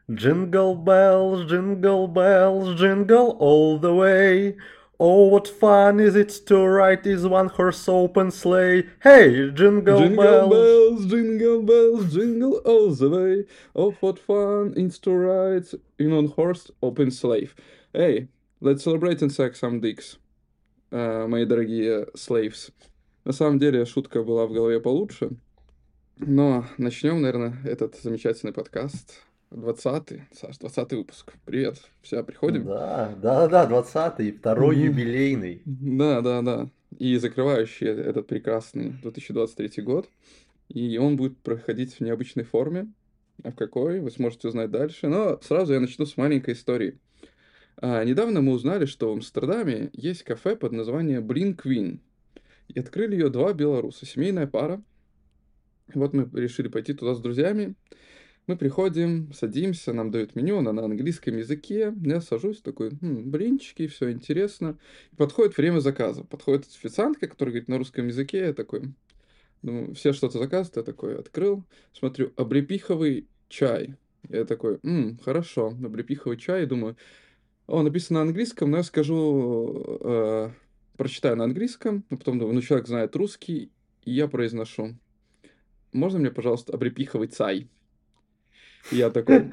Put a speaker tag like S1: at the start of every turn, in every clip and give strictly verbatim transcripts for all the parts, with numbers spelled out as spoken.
S1: Jingle bells, jingle bells, jingle all the way. Oh, what fun is it to ride this one horse open sleigh? Hey, jingle
S2: Jingle
S1: bells.
S2: bells, jingle bells, jingle all the way. Oh, what fun it's to ride in on horse open slave. Эй, let's celebrate and suck some dicks, э, мои дорогие slaves. На самом деле, шутка была в голове получше. Но начнем, наверное, этот замечательный подкаст. Двадцатый, Саш, двадцатый выпуск. Привет, все, приходим?
S1: Да, да, да, двадцатый, второй
S2: Мгм.
S1: юбилейный.
S2: Да, да, да. И закрывающий этот прекрасный две тысячи двадцать третий год. И он будет проходить в необычной форме. А в какой, вы сможете узнать дальше. Но сразу я начну с маленькой истории. А, недавно мы узнали, что в Амстердаме есть кафе под названием Блин Квин. И открыли ее два белоруса, семейная пара. Вот мы решили пойти туда с друзьями. Мы приходим, садимся, нам дают меню, она на английском языке. Я сажусь, такой, «М, блинчики, все интересно. И подходит время заказа. Подходит официантка, которая говорит на русском языке. Я такой, думаю, все что-то заказывают. Я такой открыл, смотрю, облепиховый чай. Я такой, «М, хорошо, облепиховый чай». Думаю, о, написано на английском, но я скажу, э, прочитаю на английском, а потом думаю, ну, человек знает русский, и я произношу. Можно мне, пожалуйста, облепиховый цай? И я такой,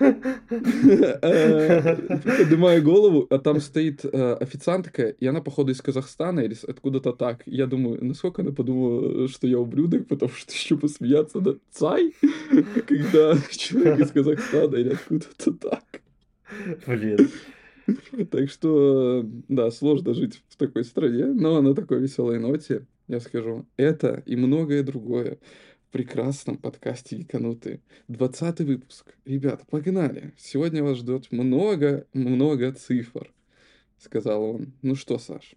S2: э, поднимаю голову, а там стоит э, официантка, и она, походу, из Казахстана или с- откуда-то так. И я думаю, насколько она подумала, что я ублюдок, потому что еще посмеяться над цай, когда человек из Казахстана или откуда-то так.
S1: Блин.
S2: Так что, да, сложно жить в такой стране, но на такой веселой ноте я скажу это и многое другое в прекрасном подкасте «Гиканутые». Двадцатый выпуск. Ребята, погнали. Сегодня вас ждет много-много цифр, сказал он. Ну что, Саш?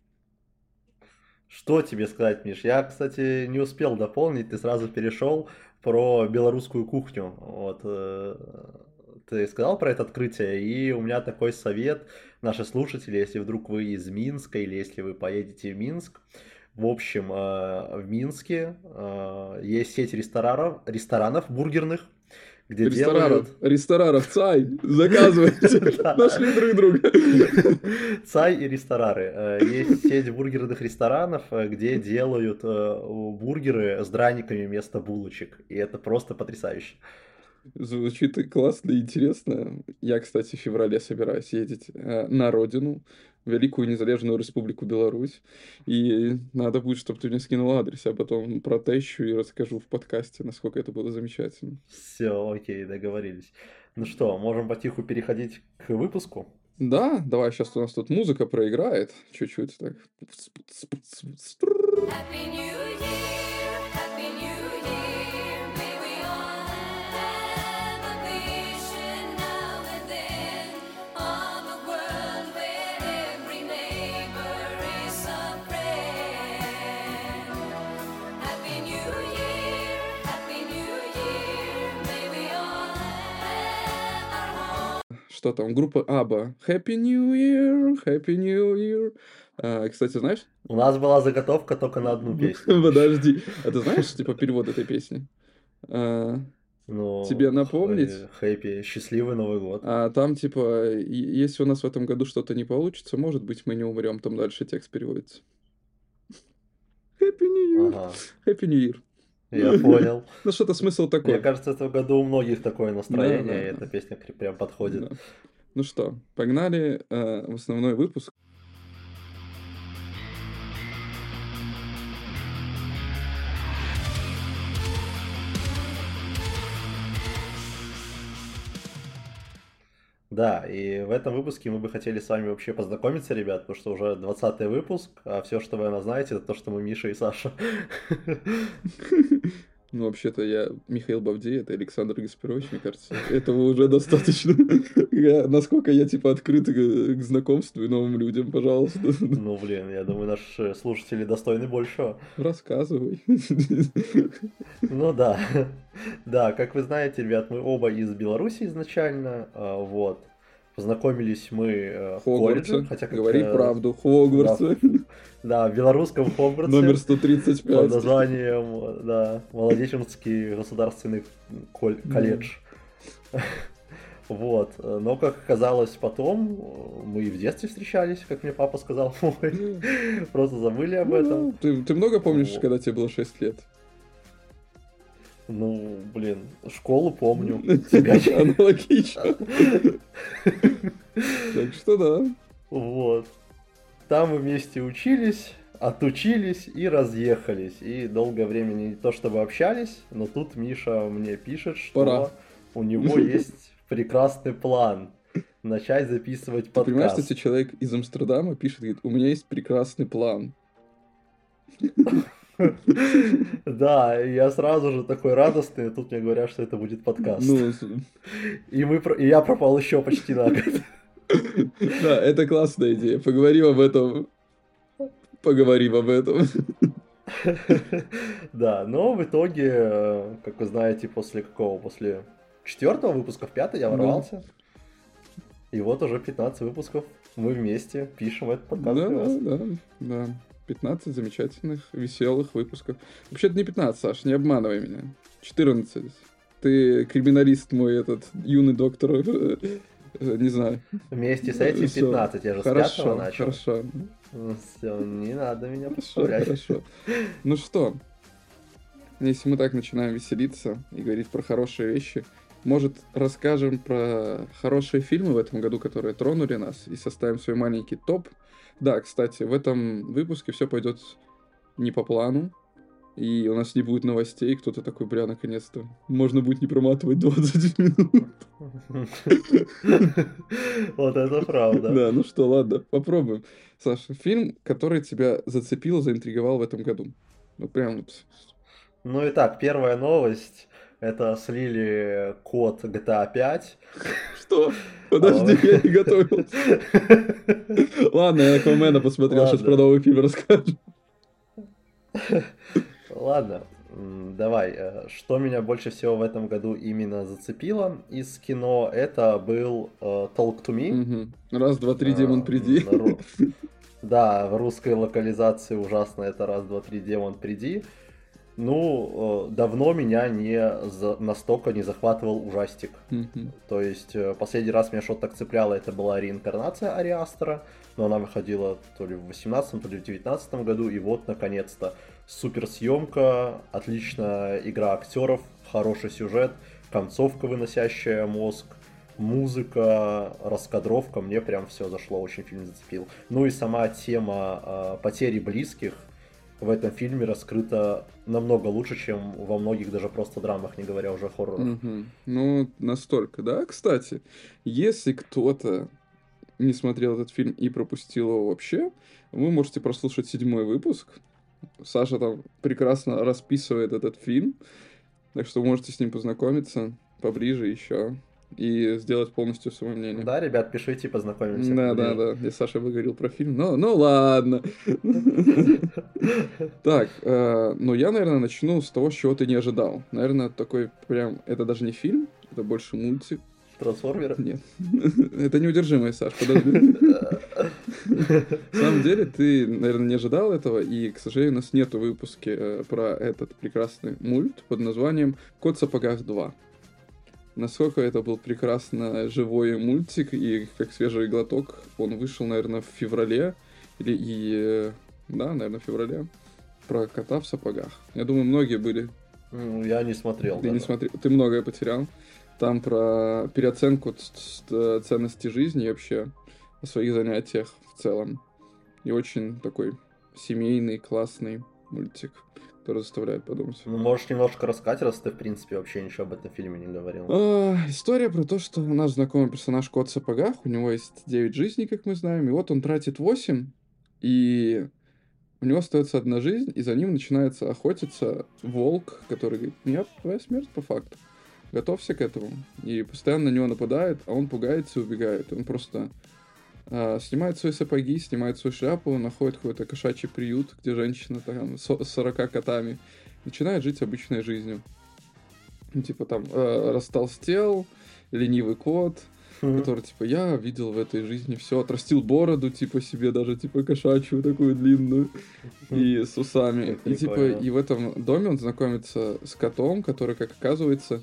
S1: Что тебе сказать, Миш? Я, кстати, не успел дополнить, ты сразу перешел про белорусскую кухню. Вот, э, ты сказал про это открытие, и у меня такой совет, наши слушатели, если вдруг вы из Минска или если вы поедете в Минск. В общем, э, в Минске э, есть сеть ресторанов, ресторанов бургерных, где делают...
S2: Ресторанов, ресторанов, цай, заказывайте.
S1: Да.
S2: Нашли друг друга.
S1: Цай и рестораны. Э, Есть сеть бургерных ресторанов, э, где делают э, бургеры с драниками вместо булочек. И это просто потрясающе.
S2: Звучит и классно и интересно. Я, кстати, в феврале собираюсь ездить э, на родину, в Великую Незалежную Республику Беларусь. И надо будет, чтобы ты мне скинул адрес. Я потом протещу и расскажу в подкасте, насколько это было замечательно.
S1: Все, окей, договорились. Ну что, можем потиху переходить к выпуску?
S2: Да, давай, сейчас у нас тут музыка проиграет. Чуть-чуть так.
S3: Happy New Year, Happy New Year. May we all have a vision now and then of a world where every neighbor is a friend. Happy New Year, Happy New Year. May we all have our home.
S2: Что там? Группа Аба. Happy New Year, Happy New Year. А, кстати, знаешь?
S1: У нас была заготовка только на одну песню.
S2: Подожди. А ты знаешь, типа, перевод этой песни? А, тебе
S1: Ну,
S2: напомнить?
S1: хэппи, счастливый Новый год.
S2: А там, типа, и- если у нас в этом году что-то не получится, может быть, мы не умрем. Там дальше текст переводится. Happy New Year.
S1: Ага,
S2: Happy New Year.
S1: я понял.
S2: Ну, что-то смысл
S1: Мне
S2: такой.
S1: кажется, в этом году у многих такое
S2: Да,
S1: настроение,
S2: да,
S1: и
S2: да.
S1: эта песня кр- прям подходит.
S2: Да. Ну что, погнали э, в основной выпуск.
S1: Да, и в этом выпуске мы бы хотели с вами вообще познакомиться, ребят, потому что уже двадцатый выпуск, а все, что вы о нас знаете, это то, что мы Миша и Саша.
S2: Ну, вообще-то я Михаил Бавдей, это Александр Гаспарович, мне кажется. Этого уже достаточно. Я- насколько я, типа, открыт к, к знакомству и новым людям, пожалуйста.
S1: Ну, блин, я думаю, наши слушатели достойны большего.
S2: Рассказывай.
S1: Ну да, да, как вы знаете, ребят, мы оба из Беларуси изначально, а, вот. Познакомились мы э, в колледже,
S2: Хогвартса.
S1: хотя как
S2: Говори
S1: э,
S2: правду.
S1: да,
S2: Хогвартса.
S1: да, в белорусском Хогвартсе
S2: Номер сто тридцать
S1: под
S2: пять.
S1: названием, да, Молодеченский государственный коль-
S2: Да.
S1: колледж. Вот. Но, как оказалось потом, мы и в детстве встречались, как мне папа сказал мой. Просто забыли об этом.
S2: Ну, ты, ты много помнишь,
S1: Вот.
S2: когда тебе было шесть лет?
S1: Ну, блин, школу помню. Тебя не-
S2: Аналогично. Так что да.
S1: Вот. Там мы вместе учились, отучились и разъехались. И долгое время не то чтобы общались, но тут Миша мне пишет, что
S2: Пора.
S1: у него есть прекрасный план начать записывать
S2: Ты понимаешь, что
S1: подкаст.
S2: тебе человек из Амстердама пишет, говорит, у меня есть прекрасный план.
S1: Да, и я сразу же такой радостный, и тут мне говорят, что это будет подкаст.
S2: Ну, с-
S1: И, мы, про- и я пропал еще почти на год.
S2: да, это классная идея. Поговорим об этом. Поговорим об этом.
S1: Да, но в итоге, э, как вы знаете, после какого? После четвертого выпуска в пятый я
S2: Да.
S1: ворвался. И вот уже пятнадцать выпусков мы вместе пишем этот подкаст
S2: Да,
S1: для вас.
S2: да, да, да. пятнадцать замечательных, веселых выпусков. Вообще-то не пятнадцать, Саш, не обманывай меня. четырнадцать. Ты криминалист мой, этот юный доктор, э, э, не знаю.
S1: Вместе с этим
S2: Всё.
S1: пятнадцать, я же с пятого
S2: Хорошо,
S1: начал.
S2: хорошо,
S1: Все, не надо меня
S2: хорошо,
S1: подставлять.
S2: хорошо. Ну что, если мы так начинаем веселиться и говорить про хорошие вещи, может, расскажем про хорошие фильмы в этом году, которые тронули нас, и составим свой маленький топ. Да, кстати, в этом выпуске все пойдет не по плану, и у нас не будет новостей. Кто-то такой, бля, наконец-то. Можно будет не проматывать двадцать минут.
S1: Вот это правда.
S2: Да, ну что, ладно, попробуем. Саша, фильм, который тебя зацепил, заинтриговал в этом году. Ну, прям вот.
S1: Ну и так, первая новость. Это слили код джи ти эй пять.
S2: Что? Подожди, я не готовился. Ладно, я Аквамена посмотрел, сейчас
S1: Ладно.
S2: про новый фильм расскажу.
S1: Ладно, м, давай. э, Что меня больше всего в этом году именно зацепило из кино, это был э, Talk to Me.
S2: Мгм. Раз, два, три,
S1: А,
S2: демон, приди.
S1: на ру- Да, в русской локализации ужасно это раз, два, три, демон, приди. Ну, э, давно меня не за- настолько не захватывал ужастик.
S2: Мгм.
S1: То есть э, последний раз меня что-то так цепляло, это была реинкарнация Ари Астера, но она выходила то ли в восемнадцатом, то ли в девятнадцатом году, и вот наконец-то суперсъемка, отличная игра актеров, хороший сюжет, концовка, выносящая мозг, музыка, раскадровка, мне прям все зашло, очень фильм зацепил. Ну и сама тема э, потери близких в этом фильме раскрыта намного лучше, чем во многих даже просто драмах, не говоря уже о хоррорах.
S2: Мгм. Ну, настолько, да. Кстати, если кто-то не смотрел этот фильм и пропустил его вообще, вы можете прослушать седьмой выпуск. Саша там прекрасно расписывает этот фильм, так что вы можете с ним познакомиться поближе еще и сделать полностью свое мнение.
S1: Да, ребят, пишите, познакомимся.
S2: Да, да,
S1: поближе.
S2: да. Я Саша выговорил про фильм. Ну, ну ладно. Так, э, ну я, наверное, начну с того, с чего ты не ожидал. Наверное, такой прям... Это даже не фильм, это больше мультик.
S1: Трансформеры.
S2: Нет. Это неудержимый, Саш, подожди. На самом деле, ты, наверное, не ожидал этого, и, к сожалению, у нас нету выпуски э, про этот прекрасный мульт под названием «Кот в сапогах два». Насколько это был прекрасно живой мультик, и как свежий глоток, он вышел, наверное, в феврале, или и... э, Да, наверное, в феврале, про кота в сапогах. Я думаю, многие были.
S1: Ну, я не смотрел.
S2: Ты не
S1: даже.
S2: смотри, ты многое потерял. Там про переоценку ц- ц- ценности жизни и вообще о своих занятиях в целом. И очень такой семейный, классный мультик, который заставляет подумать.
S1: Ну, можешь немножко рассказать, раз ты, в принципе, вообще ничего об этом фильме не говорил.
S2: А, история про то, что наш знакомый персонаж Кот в сапогах, у него есть девять жизней, как мы знаем, и вот он тратит восемь, и у него остается одна жизнь, и за ним начинается охотиться волк, который говорит: нет, твоя смерть по факту. Готовься к этому. И постоянно на него нападает, а он пугается и убегает. Он просто а, снимает свои сапоги, снимает свою шляпу, находит какой-то кошачий приют, где женщина там с сорока котами, начинает жить обычной жизнью. Ну, типа там э, растолстел, ленивый кот,
S1: Мгм.
S2: который, типа, я видел в этой жизни все, отрастил бороду, типа, себе даже, типа, кошачью такую длинную, и с усами.
S1: Как
S2: И, типа,
S1: прикольно.
S2: и в этом доме он знакомится с котом, который, как оказывается,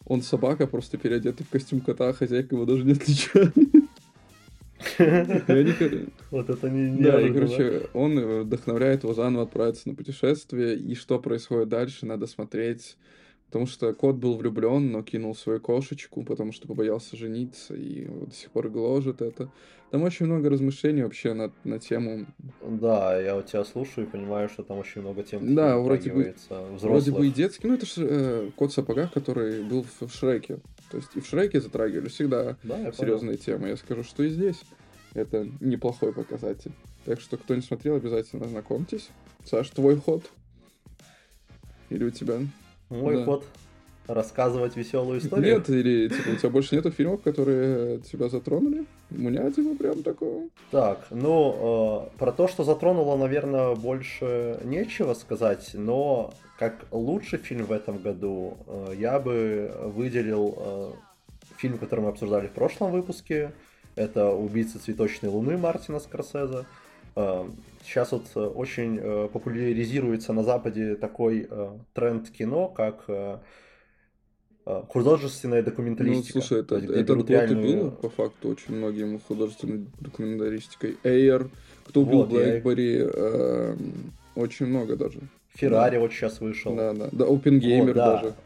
S2: Он собака, просто переодетый в костюм кота, а хозяйка его даже не отличает. И они, кор-
S1: Вот это не не
S2: Да, и,
S1: неожиданно.
S2: короче, он э, вдохновляет его заново отправиться на путешествие, и что происходит дальше, надо смотреть. Потому что кот был влюблен, но кинул свою кошечку, потому что побоялся жениться, и вот до сих пор гложет это. Там очень много размышлений вообще на, на тему.
S1: Да, я вот тебя слушаю и понимаю, что там очень много тем таких
S2: Да, вроде бы,
S1: затрагивается,
S2: вроде бы и
S1: взрослых.
S2: детский, ну это же э, кот в сапогах, который был в, в Шреке. То есть и в Шреке затрагивали всегда
S1: Да, я понял.
S2: серьезные темы. Я скажу, что и здесь это неплохой показатель. Так что, кто не смотрел, обязательно ознакомьтесь. Саш, твой ход? Или у тебя?
S1: Мой
S2: Да.
S1: ход рассказывать веселую историю.
S2: Нет, или типа, у тебя больше нету фильмов, которые тебя затронули? У меня типа прям такого.
S1: Так, ну, э, про то, что затронуло, наверное, больше нечего сказать, но как лучший фильм в этом году э, я бы выделил э, фильм, который мы обсуждали в прошлом выпуске. Это «Убийца цветочной луны» Мартина Скорсезе. Э, Сейчас вот э, очень э, популяризируется на Западе такой э, тренд кино, как э, э, художественная
S2: Ну,
S1: документалистика.
S2: слушай,
S1: То
S2: это,
S1: есть, где
S2: этот
S1: берут
S2: год и было,
S1: реальную...
S2: по факту, очень многим художественной документаристикой. Эйр, кто убил
S1: Вот, я и-
S2: Блэкбери, эм, очень много даже.
S1: Феррари вот сейчас вышел.
S2: Да, да. Да, Опенгеймер
S1: Вот, да.
S2: даже.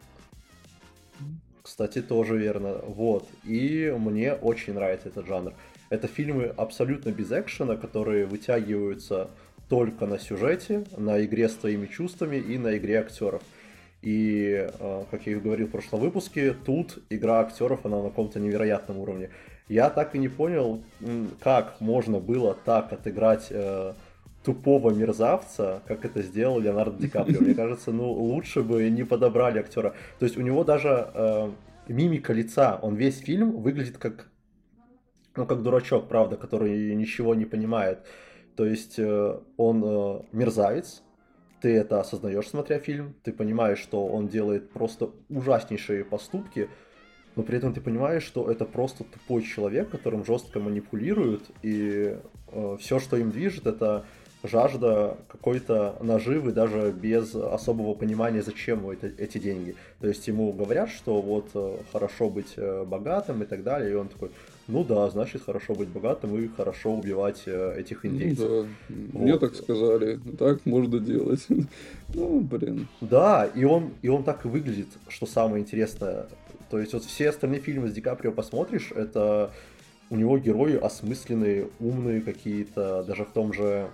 S1: Кстати, тоже верно. Вот. И мне очень нравится этот жанр. Это фильмы абсолютно без экшена, которые вытягиваются только на сюжете, на игре с твоими чувствами и на игре актеров. И, э, как я и говорил в прошлом выпуске, тут игра актеров, она на каком-то невероятном уровне. Я так и не понял, м, как можно было так отыграть э, тупого мерзавца, как это сделал Леонардо Ди Каприо. Мне кажется, ну, лучше бы не подобрали актера. То есть у него даже э, мимика лица, он весь фильм выглядит как, ну, как дурачок, правда, который ничего не понимает. То есть э, он э, мерзавец, ты это осознаешь, смотря фильм, ты понимаешь, что он делает просто ужаснейшие поступки, но при этом ты понимаешь, что это просто тупой человек, которым жестко манипулируют, и э, все, что им движет, это жажда какой-то наживы, даже без особого понимания, зачем ему это- эти деньги. То есть ему говорят, что вот э, хорошо быть э, богатым и так далее, и он такой, ну да, значит хорошо быть богатым и хорошо убивать э, этих
S2: Ну
S1: индейцев.
S2: да, мне
S1: Вот.
S2: так сказали, так можно делать. Ну, блин.
S1: Да, и он, и он так и выглядит, что самое интересное. То есть вот все остальные фильмы с Ди Каприо посмотришь, это у него герои осмысленные, умные какие-то, даже в том же,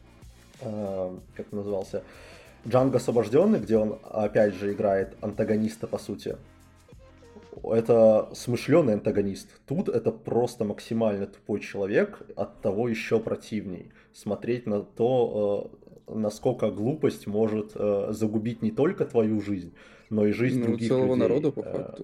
S1: э, как он назывался, Джанго Освобожденный, где он опять же играет антагониста по сути. Это смышленый антагонист. Тут это просто максимально тупой человек, от того еще противней. Смотреть на то, э, насколько глупость может э, загубить не только твою жизнь, но и жизнь
S2: Ну,
S1: других
S2: целого
S1: людей.
S2: народа, по
S1: Э,
S2: факту.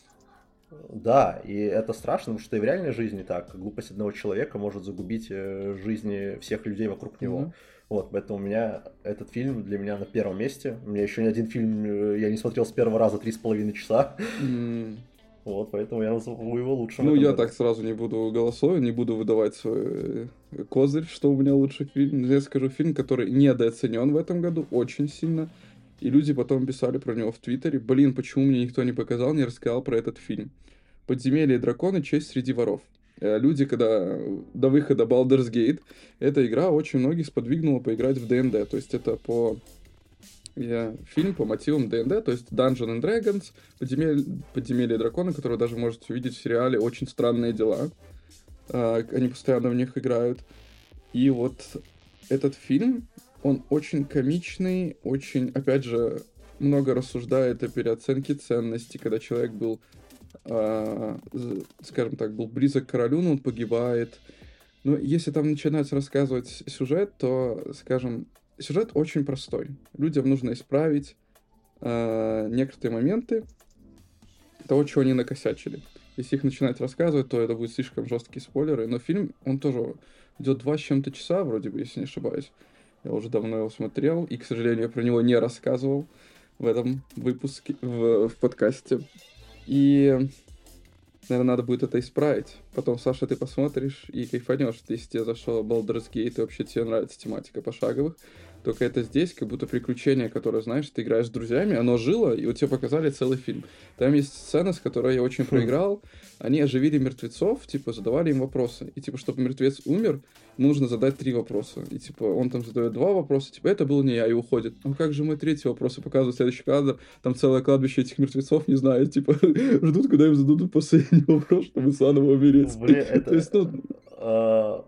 S1: Да, и это страшно, потому что и в реальной жизни так. Глупость одного человека может загубить э, жизни всех людей вокруг него.
S2: Мгм.
S1: Вот, поэтому у меня этот фильм для меня на первом месте. У меня еще ни один фильм э, я не смотрел с первого раза три с половиной часа.
S2: М,
S1: Вот, поэтому я назову его лучшим в
S2: Ну,
S1: этом
S2: я
S1: году.
S2: так сразу не буду голосовать, не буду выдавать свой э, козырь, что у меня лучший фильм. Я скажу фильм, который недооценен в этом году очень сильно. И люди потом писали про него в Твиттере. Блин, почему мне никто не показал, не рассказал про этот фильм. «Подземелье и драконы. Честь среди воров». Э, Люди, когда до выхода Baldur's Gate, эта игра очень многих сподвигнула поиграть в ди энд ди. То есть это по э, фильм по мотивам ди энд ди, то есть Dungeons and Dragons, подземелье, подземелье и драконы, которые даже можете увидеть в сериале «Очень странные дела». Э, Они постоянно в них играют. И вот этот фильм, он очень комичный, очень, опять же, много рассуждает о переоценке ценностей, когда человек был, а, з- скажем так, был близок к королю, но он погибает. Но если там начинать рассказывать сюжет, то, скажем, сюжет очень простой. Людям нужно исправить а, некоторые моменты того, чего они накосячили. Если их начинать рассказывать, то это будут слишком жесткие спойлеры. Но фильм, он тоже идет два с чем-то часа, вроде бы, если не ошибаюсь. Я уже давно его смотрел, и, к сожалению, я про него не рассказывал в этом выпуске, в, в подкасте. И, наверное, надо будет это исправить. Потом, Саша, ты посмотришь и кайфанешь, если тебе зашел Baldur's Gate, и вообще тебе нравится тематика пошаговых. только это здесь как будто приключение, которое, знаешь, ты играешь с друзьями, оно жило, и вот тебе показали целый фильм. Там есть сцена, с которой я очень проиграл, они оживили мертвецов, типа, задавали им вопросы, и, типа, чтобы мертвец умер, нужно задать три вопроса, и, типа, он там задает два вопроса, типа, это был не я, и уходит. Ну, как же мой третий вопрос, и показывает следующий кадр, там целое кладбище этих мертвецов, не знаю, типа, ждут, когда им зададут последний вопрос, чтобы заново умереть.
S1: Блин,
S2: То есть,
S1: это...
S2: ну,
S1: а,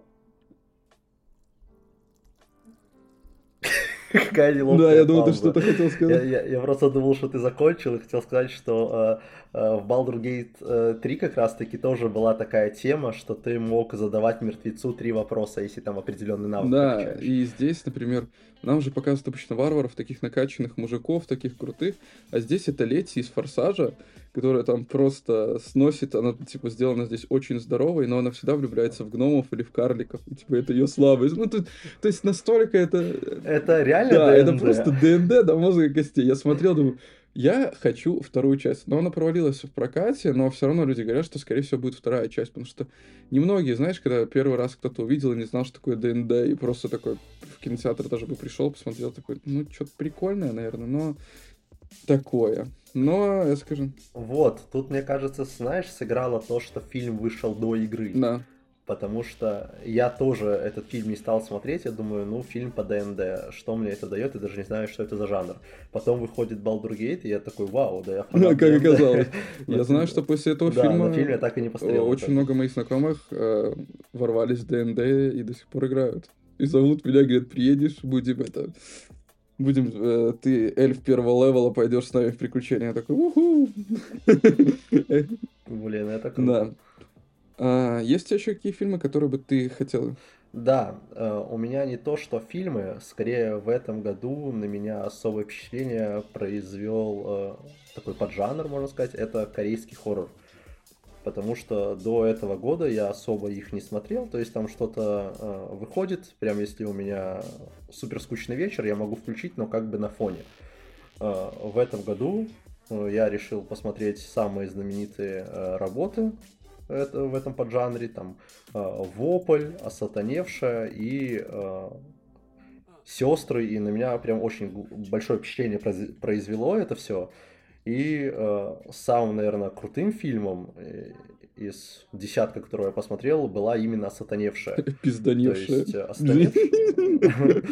S1: Какая
S2: да,
S1: неловкая
S2: я думаю, ты
S1: пауза.
S2: что-то хотел
S1: Я,
S2: сказать.
S1: я, я просто думал, что ты закончил, и хотел сказать, что э, э, в Baldur's Gate э, три как раз-таки тоже была такая тема, что ты мог задавать мертвецу три вопроса, если там определенный навык
S2: Да,
S1: прокачаешь.
S2: и здесь, например, нам же показывают обычно варваров, таких накачанных мужиков, таких крутых, а здесь это Лети из Форсажа, которая там просто сносит, она, типа, сделана здесь очень здоровой, но она всегда влюбляется в гномов или в карликов, и, типа, это ее слабость. Ну, то, то есть настолько это...
S1: Это реально
S2: Да, это
S1: ДНД?
S2: просто ДНД до мозга костей. Я смотрел, думаю, я хочу вторую часть. Но она провалилась в прокате, но все равно люди говорят, что, скорее всего, будет вторая часть, потому что немногие, знаешь, когда первый раз кто-то увидел и не знал, что такое ДНД, и просто такой в кинотеатр даже бы пришел, посмотрел, такой, ну, что-то прикольное, наверное, но такое. Но, я скажу,
S1: Вот, тут, мне кажется, знаешь, сыграло то, что фильм вышел до игры.
S2: да.
S1: Потому что я тоже этот фильм не стал смотреть, я думаю, ну, фильм по ДНД, что мне это дает, я даже не знаю, что это за жанр. Потом выходит Baldur's Gate, и я такой, вау, да я фанат
S2: Как
S1: ДНД.
S2: оказалось.
S1: На
S2: Я знаю,
S1: фи-
S2: что после этого
S1: Да,
S2: фильма
S1: на фильм я так и не
S2: э,
S1: посмотрел.
S2: очень
S1: даже.
S2: много моих знакомых э, ворвались в ДНД и до сих пор играют. И зовут меня, говорят, приедешь, будем это... Будем, э, ты эльф первого левела, пойдешь с нами в приключения. Я такой, уху!
S1: Блин, это
S2: Да.
S1: круто.
S2: А, есть у тебя еще какие фильмы, которые бы ты хотел?
S1: Да, э, у меня не то, что фильмы, скорее в этом году на меня особое впечатление произвел э, такой поджанр, можно сказать, это корейский хоррор. Потому что до этого года я особо их не смотрел, то есть там что-то э, выходит, прям если у меня супер скучный вечер, я могу включить, но как бы на фоне. Э, в этом году э, я решил посмотреть самые знаменитые э, работы это, в этом поджанре, там э, «Вопль», «Осатаневшая» и э, «Сестры», и на меня прям очень гл- большое впечатление произ- произвело это все. И э, самым, наверное, крутым фильмом э, из десятка, который я посмотрел, была именно «Осатаневшая». То
S2: Пизданевшая.
S1: есть э, «Осатаневшая».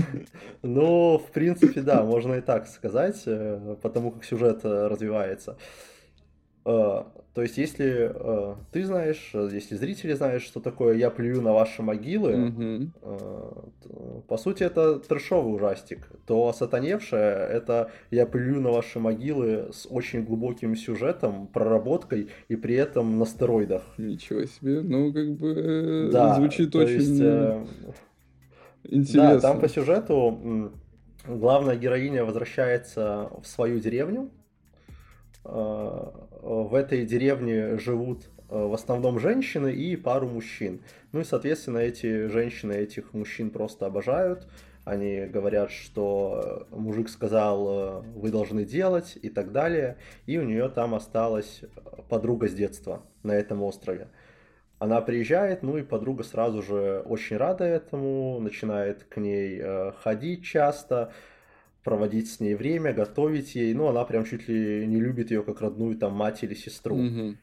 S1: Ну, в принципе, да, можно и так сказать, э, потому как сюжет э, развивается. Э, То есть, если э, ты знаешь, э, если зрители знают, что такое «Я плюю на ваши могилы»,
S2: Мгм.
S1: э, то, по сути, это трэшовый ужастик, то «Осатаневшая» — это «Я плюю на ваши могилы» с очень глубоким сюжетом, проработкой и при этом на стероидах.
S2: Ничего себе. Ну, как бы э,
S1: Да,
S2: звучит
S1: то есть,
S2: очень
S1: э, да, там по
S2: интересно.
S1: сюжету м, главная героиня возвращается в свою деревню. Э, В этой деревне живут э, в основном женщины и пару мужчин. Ну и, соответственно, эти женщины этих мужчин просто обожают. Они говорят, что э, мужик сказал, э, вы должны делать и так далее. И у нее там осталась э, подруга с детства на этом острове. Она приезжает, ну и подруга сразу же очень рада этому, начинает к ней э, ходить часто, проводить с ней время, готовить ей. Ну, она прям чуть ли не любит ее как родную там мать или сестру.
S2: Мгм.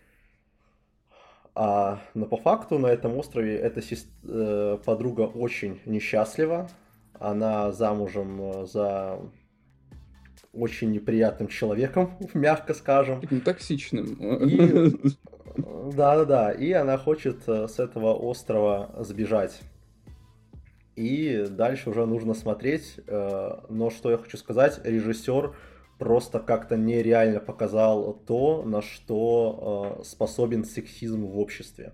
S1: А, но по факту на этом острове эта сес- э, подруга очень несчастлива. Она замужем э, за очень неприятным человеком, мягко скажем.
S2: Таким токсичным.
S1: И да-да-да, и она хочет э, с этого острова сбежать. И дальше уже нужно смотреть. э, Но что я хочу сказать, режиссер просто как-то нереально показал то, на что э, способен сексизм в обществе.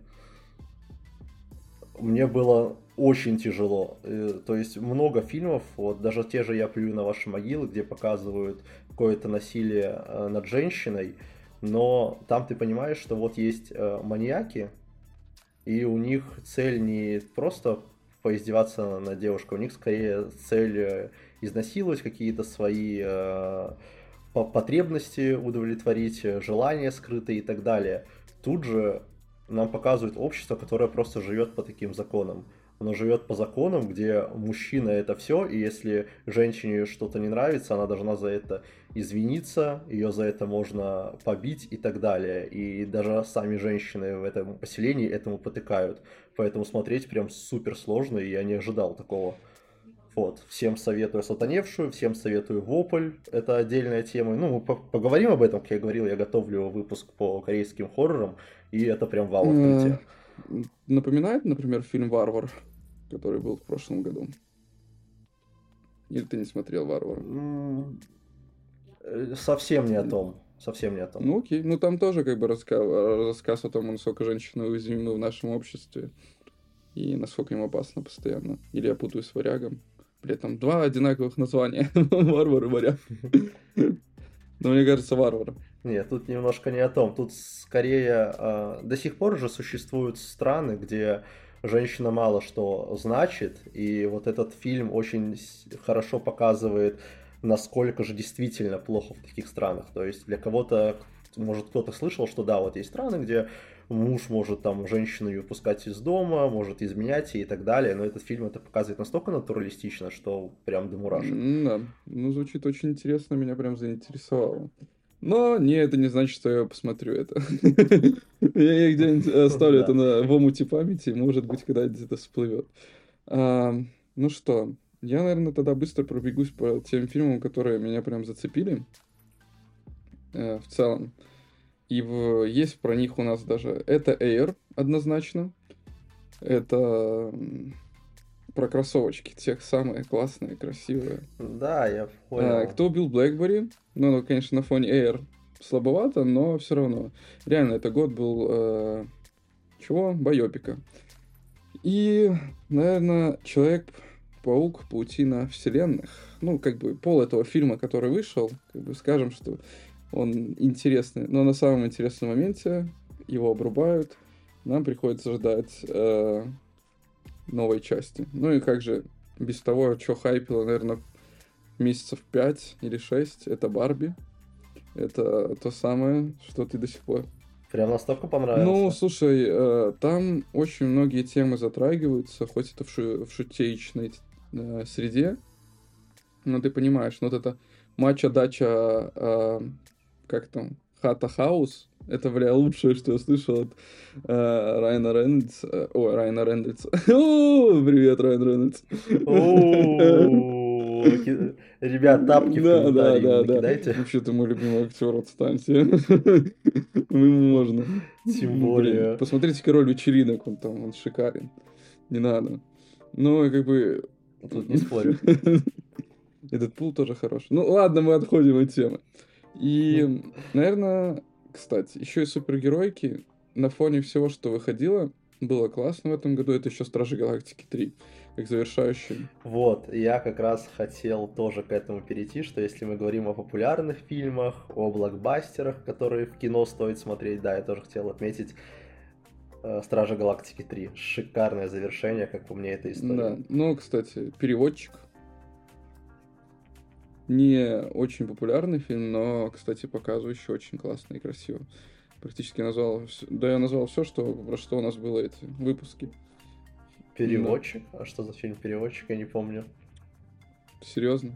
S1: Мне было очень тяжело. Э, То есть много фильмов, вот даже те же «Я плюю на ваши могилы», где показывают какое-то насилие э, над женщиной, но там ты понимаешь, что вот есть э, маньяки, и у них цель не просто поиздеваться над девушкой, у них скорее цель э, изнасиловать какие-то свои э, по- потребности удовлетворить, э, желания скрытые и так далее. Тут же нам показывает общество, которое просто живет по таким законам. Оно живет по законам, где мужчина это все, и если женщине что-то не нравится, она должна за это извиниться, ее за это можно побить и так далее. И даже сами женщины в этом поселении этому потыкают. Поэтому смотреть прям супер сложно, и я не ожидал такого. Вот, всем советую «Сатаневшую», всем советую «Вопль», это отдельная тема. Ну, мы по- поговорим об этом, как я говорил, я готовлю выпуск по корейским хоррорам, и это прям вау
S2: Э,
S1: открытие.
S2: Напоминает, например, фильм «Варвар», который был в прошлом году? Или ты не смотрел «Варвар»?
S1: М, э, Совсем не о том, совсем не о том.
S2: Ну окей, ну там тоже как бы раска- рассказ о том, насколько женщины уязвимы в нашем обществе и насколько им опасно постоянно. Или я путаю с «Варягом». Блин, там два одинаковых названия. «Варвар» и «Варяг». Но мне кажется, «Варвар».
S1: Нет, тут немножко не о том. Тут скорее а, до сих пор же существуют страны, где женщина мало что значит, и вот этот фильм очень с- хорошо показывает, насколько же действительно плохо в таких странах. То есть для кого-то, может, кто-то слышал, что да, вот есть страны, где муж может там женщину не выпускать из дома, может изменять ей и так далее, но этот фильм это показывает настолько натуралистично, что прям до мурашек.
S2: М, Да, ну звучит очень интересно, меня прям заинтересовало. Но не, это не значит, что я посмотрю это. Я я где-нибудь оставлю это
S1: Да.
S2: на, в омуте памяти, может быть, когда-нибудь это всплывет. А, ну что, я, наверное, тогда быстро пробегусь по тем фильмам, которые меня прям зацепили э, в целом. И в- есть про них у нас даже... Это Air, однозначно. Это м, про кроссовочки. Тех самые классные, красивые.
S1: Да, я
S2: А,
S1: понял.
S2: Кто убил Блэкбери? Ну, ну, конечно, на фоне Air слабовато, но все равно. Реально, это год был... э, чего? Байопика. И, наверное, Человек-паук, Паутина вселенных. Ну, как бы пол этого фильма, который вышел, как бы скажем, что он интересный. Но на самом интересном моменте его обрубают. Нам приходится ждать э, новой части. Ну и как же без того, что хайпило, наверное, месяцев пять или шесть, это Барби. Это то самое, что ты до сих пор...
S1: Прям настолько
S2: Ну,
S1: понравился.
S2: слушай, э, там очень многие темы затрагиваются, хоть это в, шу- в шутеечной э, среде, но ты понимаешь, ну вот это матча-дача, э, как там, хата-хаус, это, бля, лучшее, что я слышал от э, Райана Рейнольдса. Ой, Райана Рейнольдса. О, привет, Райан Рейнольдс.
S1: О, ки- Ребят, тапки в
S2: Да, да,
S1: комментарии ему
S2: да, да.
S1: накидайте.
S2: Вообще-то мой любимый актер, отстаньте. Ему можно.
S1: Тем
S2: Ну, блин,
S1: более.
S2: посмотрите король вечеринок, он там, он шикарен. Не надо. Ну, и как бы...
S1: Тут не спорю.
S2: Этот пул тоже хороший. Ну, ладно, мы отходим от темы. И, наверное, кстати, еще и супергеройки на фоне всего, что выходило, было классно в этом году. Это еще Стражи Галактики три, как завершающий.
S1: Вот, я как раз хотел тоже к этому перейти, что если мы говорим о популярных фильмах, о блокбастерах, которые в кино стоит смотреть, да, я тоже хотел отметить э, Стражи Галактики три. Шикарное завершение, как по мне, этой
S2: Да.
S1: истории.
S2: Ну, кстати, переводчик. Не очень популярный фильм, но, кстати, показывающий очень классно и красиво. Практически назвал... вс- Да, я назвал все, что, про что у нас было эти выпуски.
S1: Переводчик? А что за фильм «Переводчик»? Я не помню.
S2: Серьезно?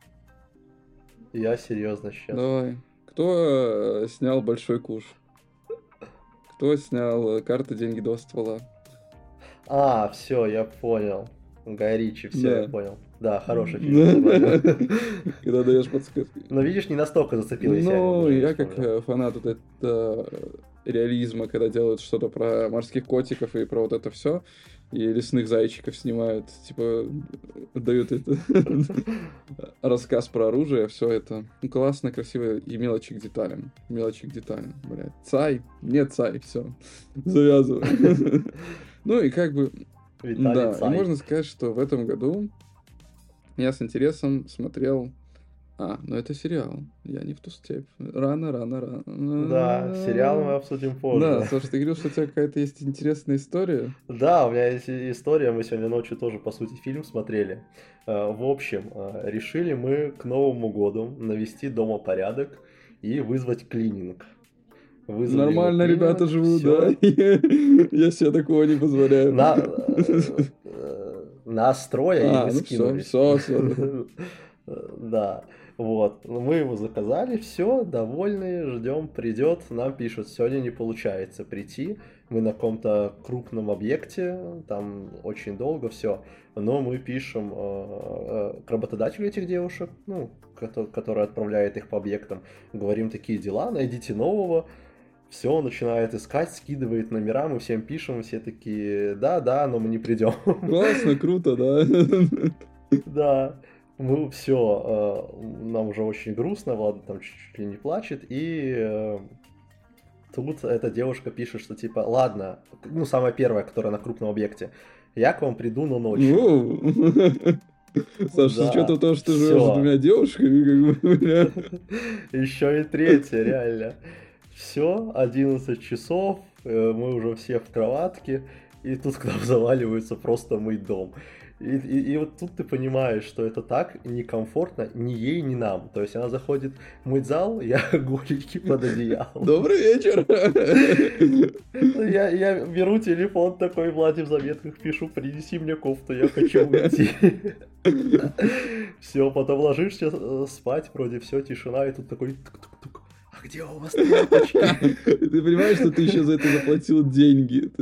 S1: Я серьезно сейчас.
S2: Давай. Кто э, снял «Большой куш»? Кто снял э, «Карты, деньги, два ствола»?
S1: А, все, я понял. Гай Ричи, все, я
S2: Да.
S1: понял. Да, хороший фильм, согласен.
S2: Когда даешь подсказки.
S1: Но видишь, не настолько зацепил, если я
S2: Ну,
S1: даже не
S2: я как
S1: вспомнил.
S2: э, фанат вот этого э, реализма, когда делают что-то про морских котиков и про вот это все, и лесных зайчиков снимают, типа, дают это рассказ про оружие, все это ну, классно, красиво и мелочи к деталям. Мелочи к деталям, блядь. Цай? Нет, Цай, все. Завязывай. Ну и как бы,
S1: Виталий
S2: да, и
S1: Цай.
S2: можно сказать, что в этом году я с интересом смотрел... А, ну это сериал. Я не в ту степь. Рано, рано, рано.
S1: Да, сериал мы обсудим
S2: Да,
S1: позже.
S2: слушай, ты говорил, что у тебя какая-то есть интересная история.
S1: Да, у меня есть и- история, мы сегодня ночью тоже, по сути, фильм смотрели. Э, В общем, э, решили мы к Новому году навести дома порядок и вызвать клининг. вызвали его
S2: Нормально ребята
S1: клиент,
S2: живут,
S1: всё.
S2: да? Я себе такого не позволяю.
S1: На, э, э, нас трое, и
S2: А,
S1: мы
S2: ну всё,
S1: скинулись.
S2: всё, всё.
S1: Да, вот. Мы его заказали, все, довольные, ждем, придет, нам пишут, сегодня не получается прийти, мы на каком-то крупном объекте, там очень долго, все. Но мы пишем э, э, к работодателю этих девушек, ну, кото- который отправляет их по объектам, говорим такие дела, найдите нового. Все, начинает искать, скидывает номера, мы всем пишем, все такие, да, да, но мы не придем.
S2: Классно, круто, да.
S1: Да, мы все, нам уже очень грустно, Влада там чуть ли не плачет, и э, тут эта девушка пишет, что типа, ладно, ну, самая первая, которая на крупном объекте, я к вам приду, но ночью.
S2: Ну, Саша, с
S1: Да,
S2: учетом того, что ты живешь с
S1: всё.
S2: двумя девушками, как бы, бля.
S1: Еще и третья, реально. Все, одиннадцать часов, э, мы уже все в кроватке, и тут к нам заваливаются просто мыть дом. И, и- и вот тут ты понимаешь, что это так некомфортно ни ей, ни нам. То есть она заходит в мыть зал, я голенький под одеялом.
S2: Добрый вечер.
S1: Я, я беру телефон такой, Владе в заметках пишу, принеси мне кофту, я хочу уйти. Все, потом ложишься э, спать, вроде все, тишина, и тут такой тук-тук-тук. А где у вас тряпочки?
S2: Ты понимаешь, что ты еще за это заплатил деньги?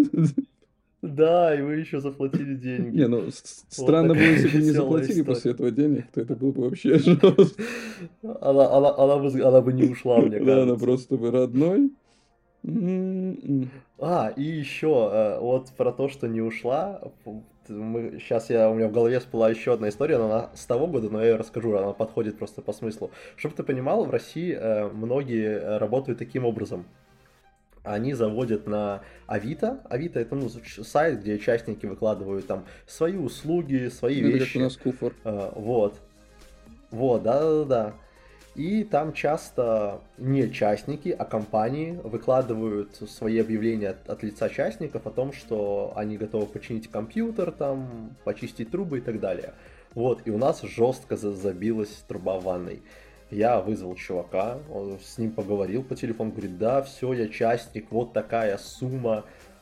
S1: Да, и вы еще заплатили деньги.
S2: Не, ну с- странно было,
S1: такая
S2: если бы не
S1: веселая
S2: заплатили
S1: история.
S2: после этого денег, то это было бы вообще жестко.
S1: Она, она, она, бы, она бы не ушла, мне
S2: Да, она
S1: кажется.
S2: просто бы родной. М-м-м.
S1: А, и еще, э, вот про то, что не ушла. Мы, сейчас я, у меня в голове всплыла еще одна история, но она с того года, но я ее расскажу, она подходит просто по смыслу. Чтобы ты понимал, в России э, многие э, работают таким образом. Они заводят на Авито. Авито это ну, ч- сайт, где участники выкладывают там свои услуги, свои
S2: Это как у
S1: вещи.
S2: нас куфор.
S1: Э, вот. Вот, да-да-да. И там часто не частники, а компании выкладывают свои объявления от, от лица частников о том, что они готовы починить компьютер, там, почистить трубы и так далее. Вот, и у нас жестко за- забилась труба в ванной. Я вызвал чувака, он с ним поговорил по телефону, говорит, да, все, я частник, вот такая сумма,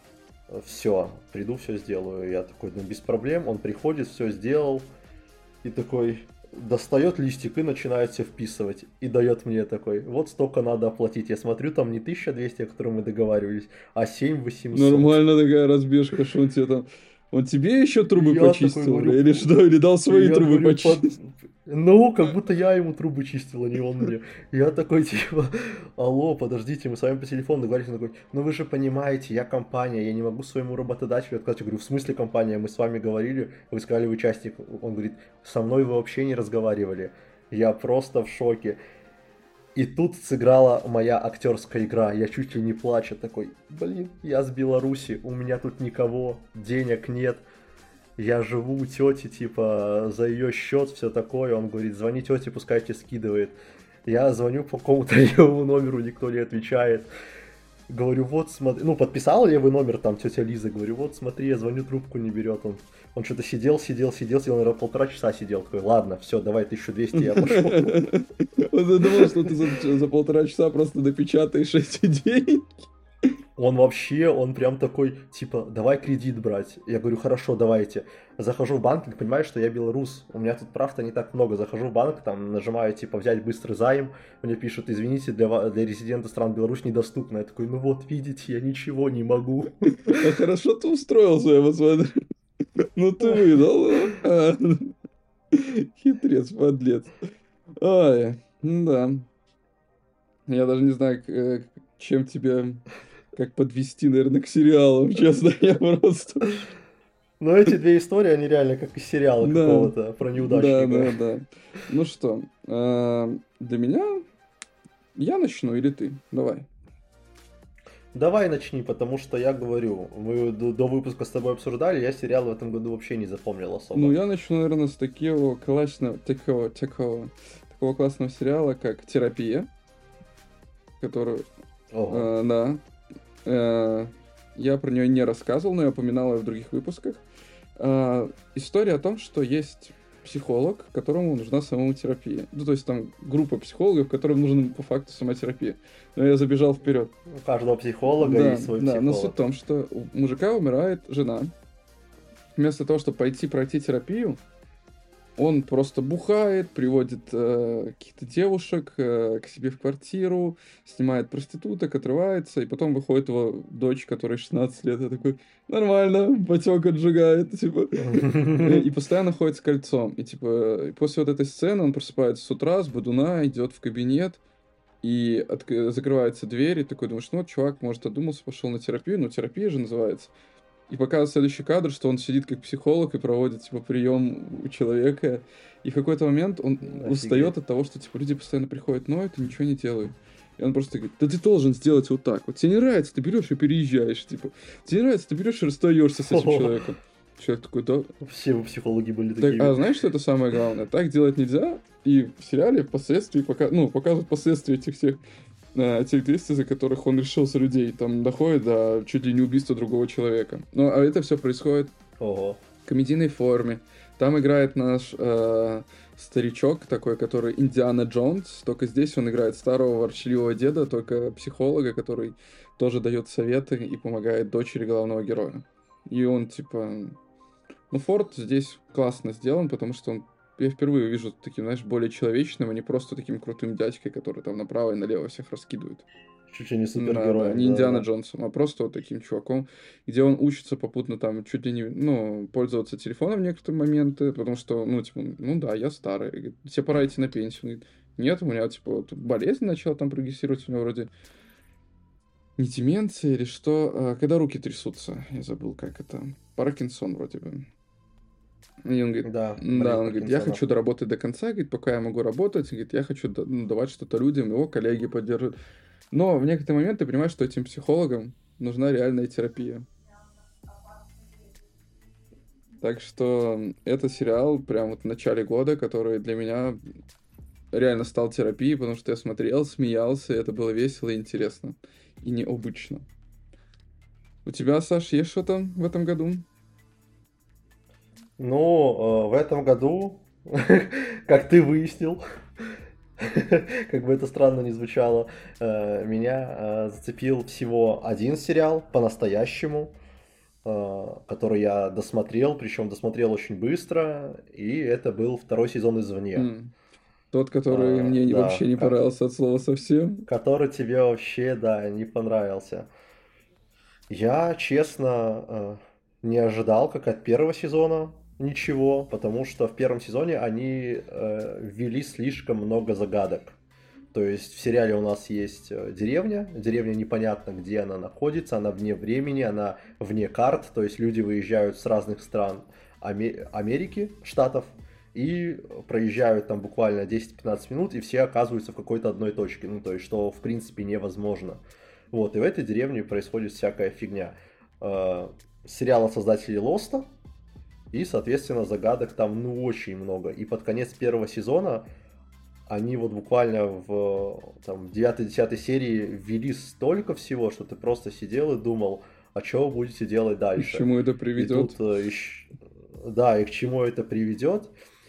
S1: все, приду, все сделаю. Я такой, ну без проблем, он приходит, все сделал, и такой достает листик и начинает все вписывать. И дает мне такой, вот столько надо оплатить. Я смотрю, там не тысяча двести, о которой мы договаривались, а семь тысяч восемьсот.
S2: Нормально такая разбежка, что он тебе там... Он тебе еще трубы
S1: Я такой
S2: почистил,
S1: говорю,
S2: бля, или что? Или дал свои
S1: Я
S2: трубы
S1: говорю,
S2: почистить?
S1: под- Ну, как будто я ему трубы чистил, а не он мне. Я такой, типа, алло, подождите, мы с вами по телефону договорились. Он такой, ну вы же понимаете, я компания, я не могу своему работодателю отказать. Я говорю, в смысле компания? Мы с вами говорили, вы сказали, вы участник. Он говорит, со мной вы вообще не разговаривали. Я просто в шоке. И тут сыграла моя актерская игра. Я чуть ли не плачу, такой, блин, я с Беларуси, у меня тут никого, денег нет. Я живу у тети, типа, за ее счет, все такое. Он говорит, звони тете, пускай тебе скидывает. Я звоню по какому-то левому номеру, никто не отвечает. Говорю, вот смотри, ну, подписал левый номер, там, тетя Лиза. Говорю, вот смотри, я звоню, трубку не берет. Он, он что-то сидел, сидел, сидел, сидел, наверное, полтора часа сидел. Такой, ладно, все, давай тысячу двести, я пошел.
S2: Он думал, что ты за, за полтора часа просто допечатаешь эти деньги.
S1: Он вообще, он прям такой, типа, давай кредит брать. Я говорю, хорошо, давайте. Захожу в банк, и понимаю, что я белорус. У меня тут прав-то не так много. Захожу в банк, там нажимаю, типа, взять быстрый займ. Мне пишут, извините, для, ва- для резидента стран Беларусь недоступно. Я такой, ну вот, видите, я ничего не могу.
S2: А хорошо ты устроился, я посмотрю. Ну ты выдал. А. Хитрец, подлец. Ай, ну да. Я даже не знаю, к- э, чем тебя, как подвести, наверное, к сериалам, честно, я просто...
S1: Но эти две истории, они реально как из сериала
S2: Да.
S1: какого-то про
S2: Да,
S1: неудачника.
S2: да, да. Ну что, э, для меня я начну или ты? Давай.
S1: Давай начни, потому что я говорю, мы до, до выпуска с тобой обсуждали, я сериал в этом году вообще не запомнил особо.
S2: Ну, я начну, наверное, с такого классного, такого, такого, такого классного сериала, как «Терапия», который,
S1: Ого.
S2: э, да, э, я про нее не рассказывал, но я упоминал ее в других выпусках. Э, история о том, что есть психолог, которому нужна самотерапия. Ну, то есть там группа психологов, которым нужна по факту самотерапия. Но я забежал вперед.
S1: У каждого психолога
S2: Да,
S1: есть свой
S2: да, но
S1: психолог.
S2: суть в том, что у мужика умирает жена. Вместо того, чтобы пойти пройти терапию, он просто бухает, приводит э, каких-то девушек э, к себе в квартиру, снимает проституток, отрывается, и потом выходит его дочь, которой шестнадцать лет, и такой, нормально, потек отжигает, типа, и постоянно ходит с кольцом. И типа, и после вот этой сцены он просыпается с утра, с бодуна, идет в кабинет, и от... закрывается дверь, и такой думаешь, ну вот чувак, может, одумался, пошел на терапию, ну терапия же называется. И показывает следующий кадр, что он сидит как психолог и проводит, типа, прием у человека. И в какой-то момент он
S1: Офигеть.
S2: устает от того, что, типа, люди постоянно приходят, но это ничего не делают. И он просто говорит, да ты должен сделать вот так. Вот тебе не нравится, ты берешь и переезжаешь, типа. Тебе не нравится, ты берешь и расстаешься с этим
S1: О.
S2: человеком. Человек такой, да.
S1: Все психологи были
S2: Так,
S1: такими.
S2: а знаешь, что это самое главное? Так делать нельзя. И в сериале впоследствии пока, ну, показывают последствия этих всех э, тех действий, за которых он решился людей. Там доходит до чуть ли не убийства другого человека. Ну, а это все происходит
S1: Ого.
S2: в комедийной форме. Там играет наш э, старичок такой, который Индиана Джонс. Только здесь он играет старого ворчливого деда, только психолога, который тоже дает советы и помогает дочери главного героя. И он типа... Ну, Форд здесь классно сделан, потому что он... Я впервые вижу таким, знаешь, более человечным, а не просто таким крутым дядькой, который там направо и налево всех раскидывает.
S1: Чуть ли не
S2: Да,
S1: супергерой.
S2: да, не Индиана
S1: да.
S2: Джонсом, а просто вот таким чуваком, где он учится попутно там чуть ли не, ну, пользоваться телефоном в некоторые моменты, потому что, ну, типа, ну да, я старый, говорит, тебе пора идти на пенсию. Он говорит, нет, у меня, типа, вот болезнь начала там прогрессировать, у меня вроде не деменция или что, а, когда руки трясутся, я забыл, как это, Паркинсон вроде бы. И он говорит,
S1: Да,
S2: да,
S1: болезнь
S2: он говорит, я
S1: Паркинсона.
S2: хочу доработать до конца, говорит, пока я могу работать, говорит, я хочу да- ну, давать что-то людям, его коллеги поддерживают. Но в некоторый момент ты понимаешь, что этим психологам нужна реальная терапия. Так что это сериал прям вот в начале года, который для меня реально стал терапией, потому что я смотрел, смеялся, и это было весело и интересно. И необычно. У тебя, Саш, есть что-то в этом году?
S1: Ну, э, в этом году, как ты выяснил, как бы это странно ни звучало, э, меня э, зацепил всего один сериал по-настоящему, э, который я досмотрел, причем досмотрел очень быстро, и это был второй сезон «Извне»,
S2: М, Тот, который
S1: э,
S2: мне не- вообще
S1: да,
S2: не
S1: ко-
S2: понравился от слова совсем.
S1: который тебе вообще, да, не понравился. Я, честно, э, не ожидал, как от первого сезона, ничего, потому что в первом сезоне они э, ввели слишком много загадок. То есть в сериале у нас есть э, деревня, деревня непонятно, где она находится, она вне времени, она вне карт, то есть люди выезжают с разных стран Аме- Америки, штатов, и проезжают там буквально десять-пятнадцать минут, и все оказываются в какой-то одной точке, ну то есть что в принципе невозможно. Вот, и в этой деревне происходит всякая фигня. Э, Сериал от создателей Лоста, и, соответственно, загадок там, ну, очень много. И под конец первого сезона они вот буквально в там, девятой-десятой серии ввели столько всего, что ты просто сидел и думал, а что вы будете делать
S2: И к
S1: дальше?
S2: чему это
S1: И
S2: приведет?
S1: тут, э, ищ- да, и к чему это приведет.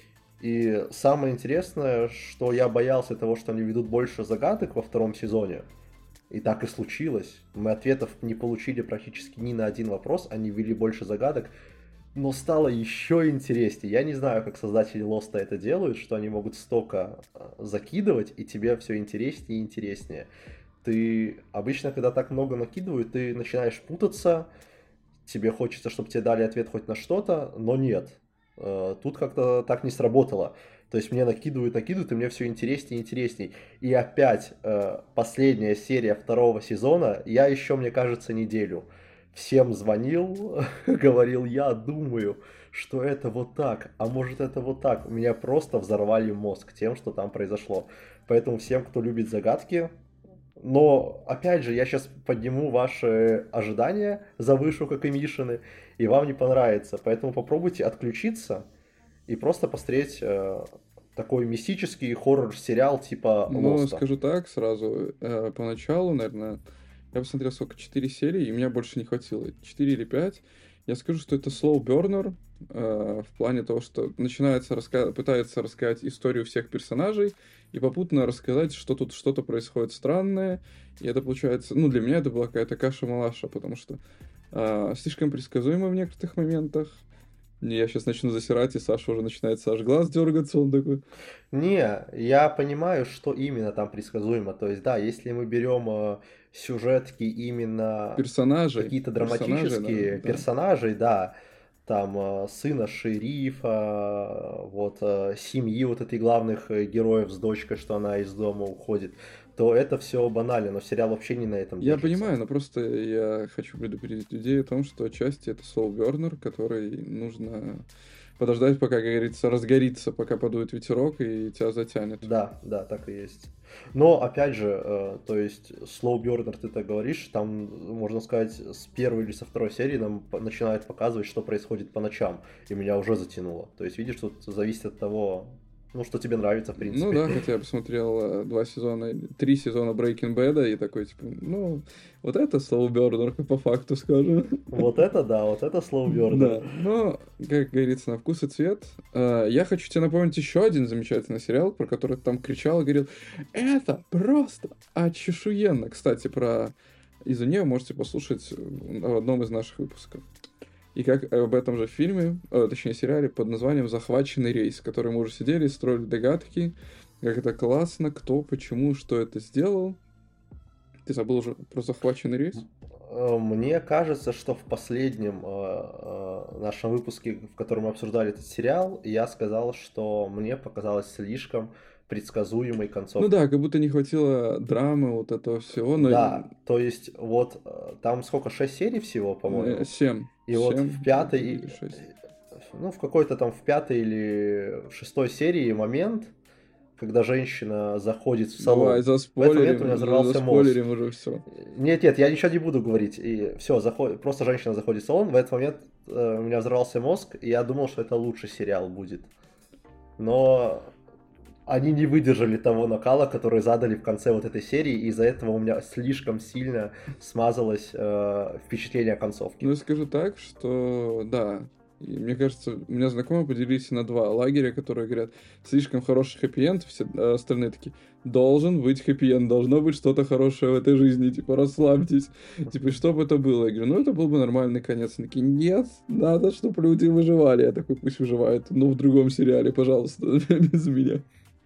S1: И самое интересное, что я боялся того, что они ведут больше загадок во втором сезоне. И так и случилось. Мы ответов не получили практически ни на один вопрос, они ввели больше загадок, но стало еще интереснее. Я не знаю, как создатели Лоста это делают, что они могут столько э, закидывать, и тебе все интереснее и интереснее. Ты обычно, когда так много накидывают, ты начинаешь путаться, тебе хочется, чтобы тебе дали ответ хоть на что-то, но нет. Э, Тут как-то так не сработало. То есть мне накидывают, накидывают, и мне все интереснее и интересней. И опять э, последняя серия второго сезона, я еще, мне кажется, неделю всем звонил, говорил, я думаю, что это вот так, а может это вот так. Меня просто взорвали мозг тем, что там произошло. Поэтому всем, кто любит загадки, но, опять же, я сейчас подниму ваши ожидания, завышу как эмишины, и вам не понравится. Поэтому попробуйте отключиться и просто посмотреть э, такой мистический хоррор-сериал типа
S2: Ну,
S1: Лоста.
S2: скажу так сразу, э, поначалу, наверное, я посмотрел сколько, четыре серии, и меня больше не хватило. четыре или пять. Я скажу, что это slow burner, э, в плане того, что начинается раска... пытается рассказать историю всех персонажей и попутно рассказать, что тут что-то происходит странное. И это получается, ну, для меня это была какая-то каша-малаша, потому что э, слишком предсказуемо в некоторых моментах. Я сейчас начну засирать, и Саша уже начинает Саш глаз дергаться, он такой.
S1: Не, я понимаю, что именно там предсказуемо. То есть, да, если мы берем э, сюжетки именно
S2: Персонажей,
S1: какие-то
S2: персонажей, да,
S1: драматические
S2: да.
S1: персонажей, да, там э, сына шерифа, э, вот э, семьи вот этой главных э, героев с дочкой, что она из дома уходит, то это все банально, но сериал вообще не на этом
S2: Я
S1: держится.
S2: понимаю, но просто я хочу предупредить людей о том, что отчасти это slow burner, который нужно подождать, пока, как говорится, разгорится, пока подует ветерок и тебя затянет.
S1: Да, да, так и есть. Но опять же, э, то есть slow burner, ты так говоришь, там, можно сказать, с первой или со второй серии нам по- начинают показывать, что происходит по ночам, и меня уже затянуло. То есть, видишь, тут зависит от того, ну, что тебе нравится, в
S2: Ну
S1: принципе.
S2: да, хотя я посмотрел э, два сезона, или три сезона Breaking Bad, и такой, типа, ну, вот это slow burner, по факту скажу.
S1: Вот это да, вот это slow burner.
S2: Да, но, как говорится, на вкус и цвет. Э, Я хочу тебе напомнить еще один замечательный сериал, про который ты там кричал и говорил, это просто очешуенно. Кстати, про из-за нее можете послушать в одном из наших выпусков. И как об этом же фильме, э, точнее сериале под названием «Захваченный рейс», который мы уже сидели и строили догадки, как это классно, кто, почему, что это сделал. Ты забыл уже про «Захваченный рейс»?
S1: Э, Мне кажется, что в последнем э, э, нашем выпуске, в котором мы обсуждали этот сериал, я сказал, что мне показалось слишком предсказуемой
S2: Ну
S1: концовкой.
S2: да, как будто не хватило драмы, вот этого всего, но
S1: Да, то есть вот э, там сколько, шесть серий всего,
S2: э,
S1: по-моему?
S2: семь.
S1: И вот
S2: Семь
S1: в пятой,
S2: или шесть.
S1: ну в какой-то там в пятой или в шестой серии момент, когда женщина заходит в
S2: Давай,
S1: салон, в этот момент у
S2: заспойлерим,
S1: меня
S2: за-
S1: взорвался мозг.
S2: заспойлерим уже все.
S1: Нет, нет, я ничего не буду говорить. И все, заход... просто женщина заходит в салон, в этот момент э, у меня взорвался мозг, и я думал, что это лучший сериал будет. Но они не выдержали того накала, который задали в конце вот этой серии, и из-за этого у меня слишком сильно смазалось э, впечатление о концовке.
S2: Ну, я скажу так, что да. И мне кажется, у меня знакомые поделились на два лагеря, которые говорят, слишком хороший хэппи-энд, все а остальные такие, должен быть хэппи-энд, должно быть что-то хорошее в этой жизни, типа, расслабьтесь. Типа, что бы это было? Я говорю, ну, это был бы нормальный конец. Они такие, нет, надо, чтобы люди выживали. Я такой, пусть выживают, но в другом сериале, пожалуйста, без меня.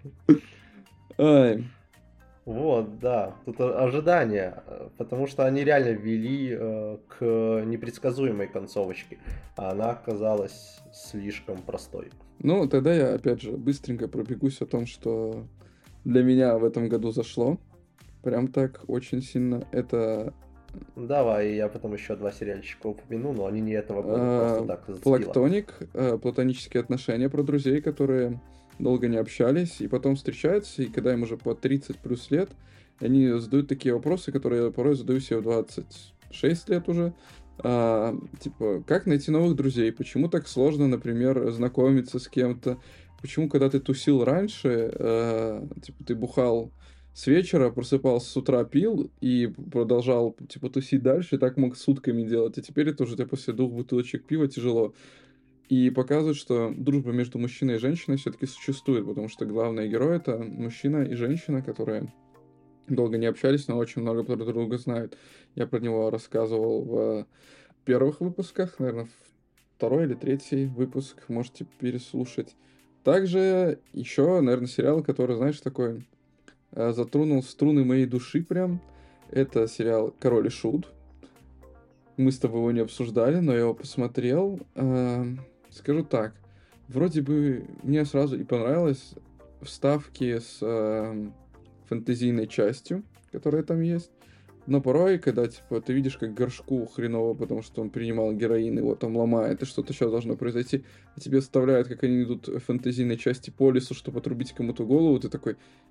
S2: Ай.
S1: Вот, да, тут о- ожидания, э, потому что они реально вели э, к непредсказуемой концовочке, а она оказалась слишком простой.
S2: Ну, тогда я, опять же, быстренько пробегусь о том, что для меня в этом году зашло. Прям так очень сильно. Это
S1: Давай, я потом еще два сериальчика упомяну, но они не этого года,
S2: а,
S1: просто так зацепило.
S2: Плактоник, а, платонические отношения про друзей, которые долго не общались, и потом встречаются, и когда им уже по тридцать плюс лет, они задают такие вопросы, которые я порой задаю себе в двадцать шесть лет уже. А, типа, как найти новых друзей? Почему так сложно, например, знакомиться с кем-то? Почему, когда ты тусил раньше, э, типа, ты бухал с вечера, просыпался с утра, пил и продолжал, типа, тусить дальше, и так мог сутками делать, а теперь это уже тебе после двух бутылочек пива тяжело. И показывает, что дружба между мужчиной и женщиной все-таки существует, потому что главные герои — это мужчина и женщина, которые долго не общались, но очень много друг друга знают. Я про него рассказывал в первых выпусках, наверное, второй или третий выпуск можете переслушать. Также еще, наверное, сериал, который, знаешь, такой э, затронул струны моей души прям. Это сериал «Король и Шут». Мы с тобой его не обсуждали, но я его посмотрел. Э, скажу так, вроде бы мне сразу и понравилось вставки с э, фэнтезийной частью, которая там есть. Но порой, когда, типа, ты видишь, как Горшку хреново, потому что он принимал героин, его там ломает, и что-то сейчас должно произойти, а тебе вставляют, как они идут в фэнтезийной части по лесу, чтобы отрубить кому-то голову, ты такой,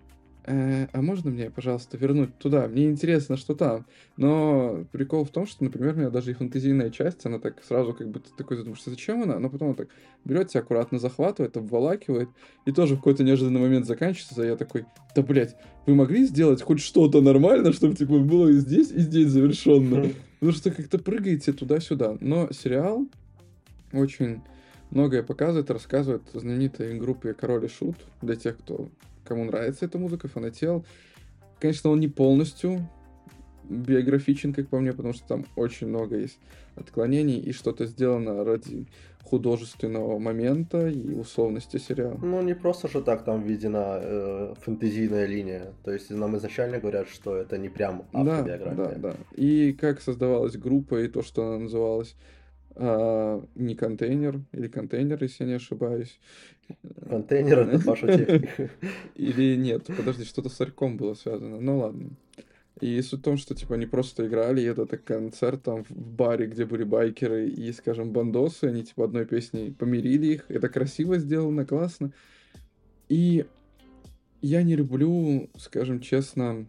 S2: «Э, а можно мне, пожалуйста, вернуть туда? Мне интересно, что там». Но прикол в том, что, например, у меня даже и фэнтезийная часть, она так сразу как бы ты такой задумаешься, зачем она? Но потом он так берет тебя аккуратно захватывает, обволакивает, и тоже в какой-то неожиданный момент заканчивается, и я такой, да, блядь, вы могли сделать хоть что-то нормально, чтобы, типа, было и здесь, и здесь завершенно? Потому что как-то прыгаете туда-сюда. Но сериал очень многое показывает, рассказывает о знаменитой группе Король и Шут, для тех, кто кому нравится эта музыка, фанател. Конечно, он не полностью биографичен, как по мне, потому что там очень много есть отклонений, и что-то сделано ради художественного момента и условности сериала.
S1: Ну, не просто же так там введена э, фэнтезийная линия. То есть нам изначально говорят, что это не прям
S2: Да,
S1: автобиография.
S2: да, да. И как создавалась группа, и то, что она называлась а, не контейнер, или контейнер, если я не ошибаюсь.
S1: Контейнер — это Паша Техник.
S2: Или нет, подожди, что-то с Арьком было связано. Ну ладно. И суть в том, что типа они просто играли, и это так концерт там в баре, где были байкеры и, скажем, бандосы, они типа одной песней помирили их. Это красиво сделано, классно. И я не люблю, скажем честно,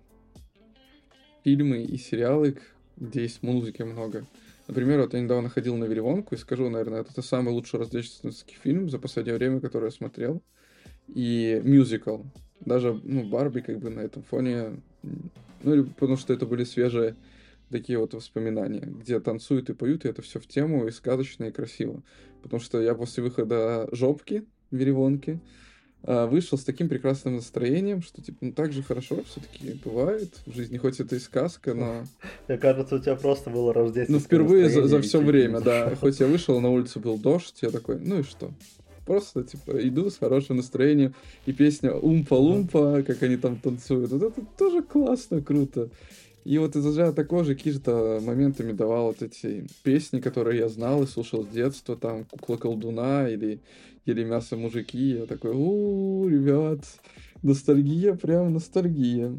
S2: фильмы и сериалы, где есть музыки много. Например, вот я недавно ходил на Веревонку и скажу, наверное, это самый лучший рождественский фильм за последнее время, который я смотрел. И мюзикл. Даже, ну, Барби как бы на этом фоне... Ну, или потому что это были свежие такие вот воспоминания, где танцуют и поют, и это все в тему, и сказочно, и красиво. Потому что я после выхода «Жопки», Веревонки, а, вышел с таким прекрасным настроением, что, типа, ну, так же хорошо все-таки бывает в жизни, хоть это и сказка, но...
S1: Мне кажется, у тебя просто было рождественское
S2: Ну, впервые за,
S1: настроение,
S2: за
S1: и
S2: все
S1: чуть
S2: время,
S1: не
S2: да.
S1: зашел.
S2: Хоть я вышел, на улице был дождь, я такой, ну и что? Просто, типа, иду с хорошим настроением, и песня «Умпа-лумпа», как они там танцуют, вот это тоже классно, круто. И вот из-за же такого же Кижа моментами давал вот эти песни, которые я знал и слушал с детства, там «Кукла-колдуна» или, или «Мясо-мужики». Я такой, у ребят, ностальгия, прям ностальгия.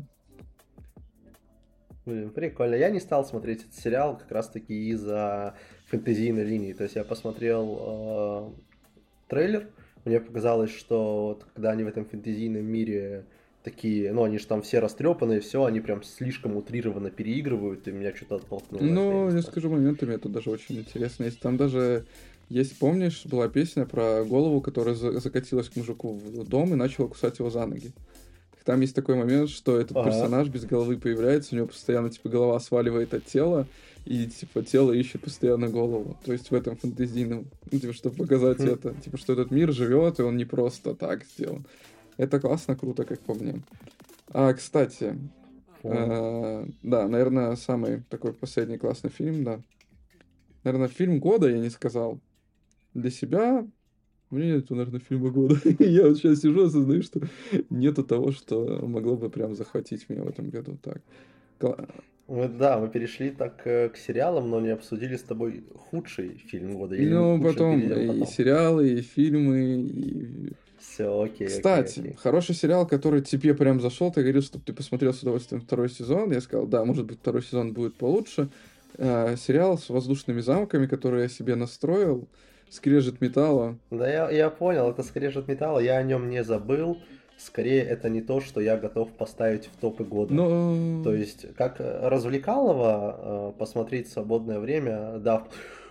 S1: Блин, прикольно. Я не стал смотреть этот сериал как раз-таки из-за фэнтезийной линии. То есть я посмотрел э, трейлер, мне показалось, что вот когда они в этом фэнтезийном мире такие, ну они же там все растрепанные, все, они прям слишком утрированно переигрывают, и меня что-то оттолкнуло. это,
S2: Ну,
S1: не
S2: я
S1: стал.
S2: скажу, моментами это даже очень интересно. Есть там даже есть, помнишь, была песня про голову, которая за- закатилась к мужику в дом и начала кусать его за ноги. Так там есть такой момент, что этот
S1: Ага.
S2: персонаж без головы появляется, у него постоянно типа голова сваливает от тела, и типа тело ищет постоянно голову. То есть в этом фэнтезийном, ну, типа, чтобы показать
S1: Мгм.
S2: это, типа, что этот мир живет, и он не просто так сделан. Это классно, круто, как по мне. А, кстати,
S1: Вот.
S2: э, да, наверное, самый такой последний классный фильм, да. Наверное, фильм года я не сказал. Для себя у меня нету, наверное, фильма года. Я вот сейчас сижу, осознаю, что нету того, что могло бы прям захватить меня в этом году. Так. Кла-
S1: Мы, да, мы перешли так э, к сериалам, но не обсудили с тобой худший фильм года. Или мы
S2: Ну,
S1: к худшим
S2: потом
S1: перейдем
S2: и
S1: потом?
S2: сериалы, и фильмы, и...
S1: Все, окей,
S2: Кстати,
S1: окей, окей.
S2: хороший сериал, который тебе прям зашел, ты говорил, чтобы ты посмотрел с удовольствием второй сезон. Я сказал, да, может быть, второй сезон будет получше. Э, сериал с воздушными замками, который я себе настроил. Скрежет металла.
S1: Да, я, я понял, это скрежет металла, я о нем не забыл. Скорее, это не то, что я готов поставить в топы года.
S2: Но...
S1: То есть, как э, развлекалово э, посмотреть в свободное время, да.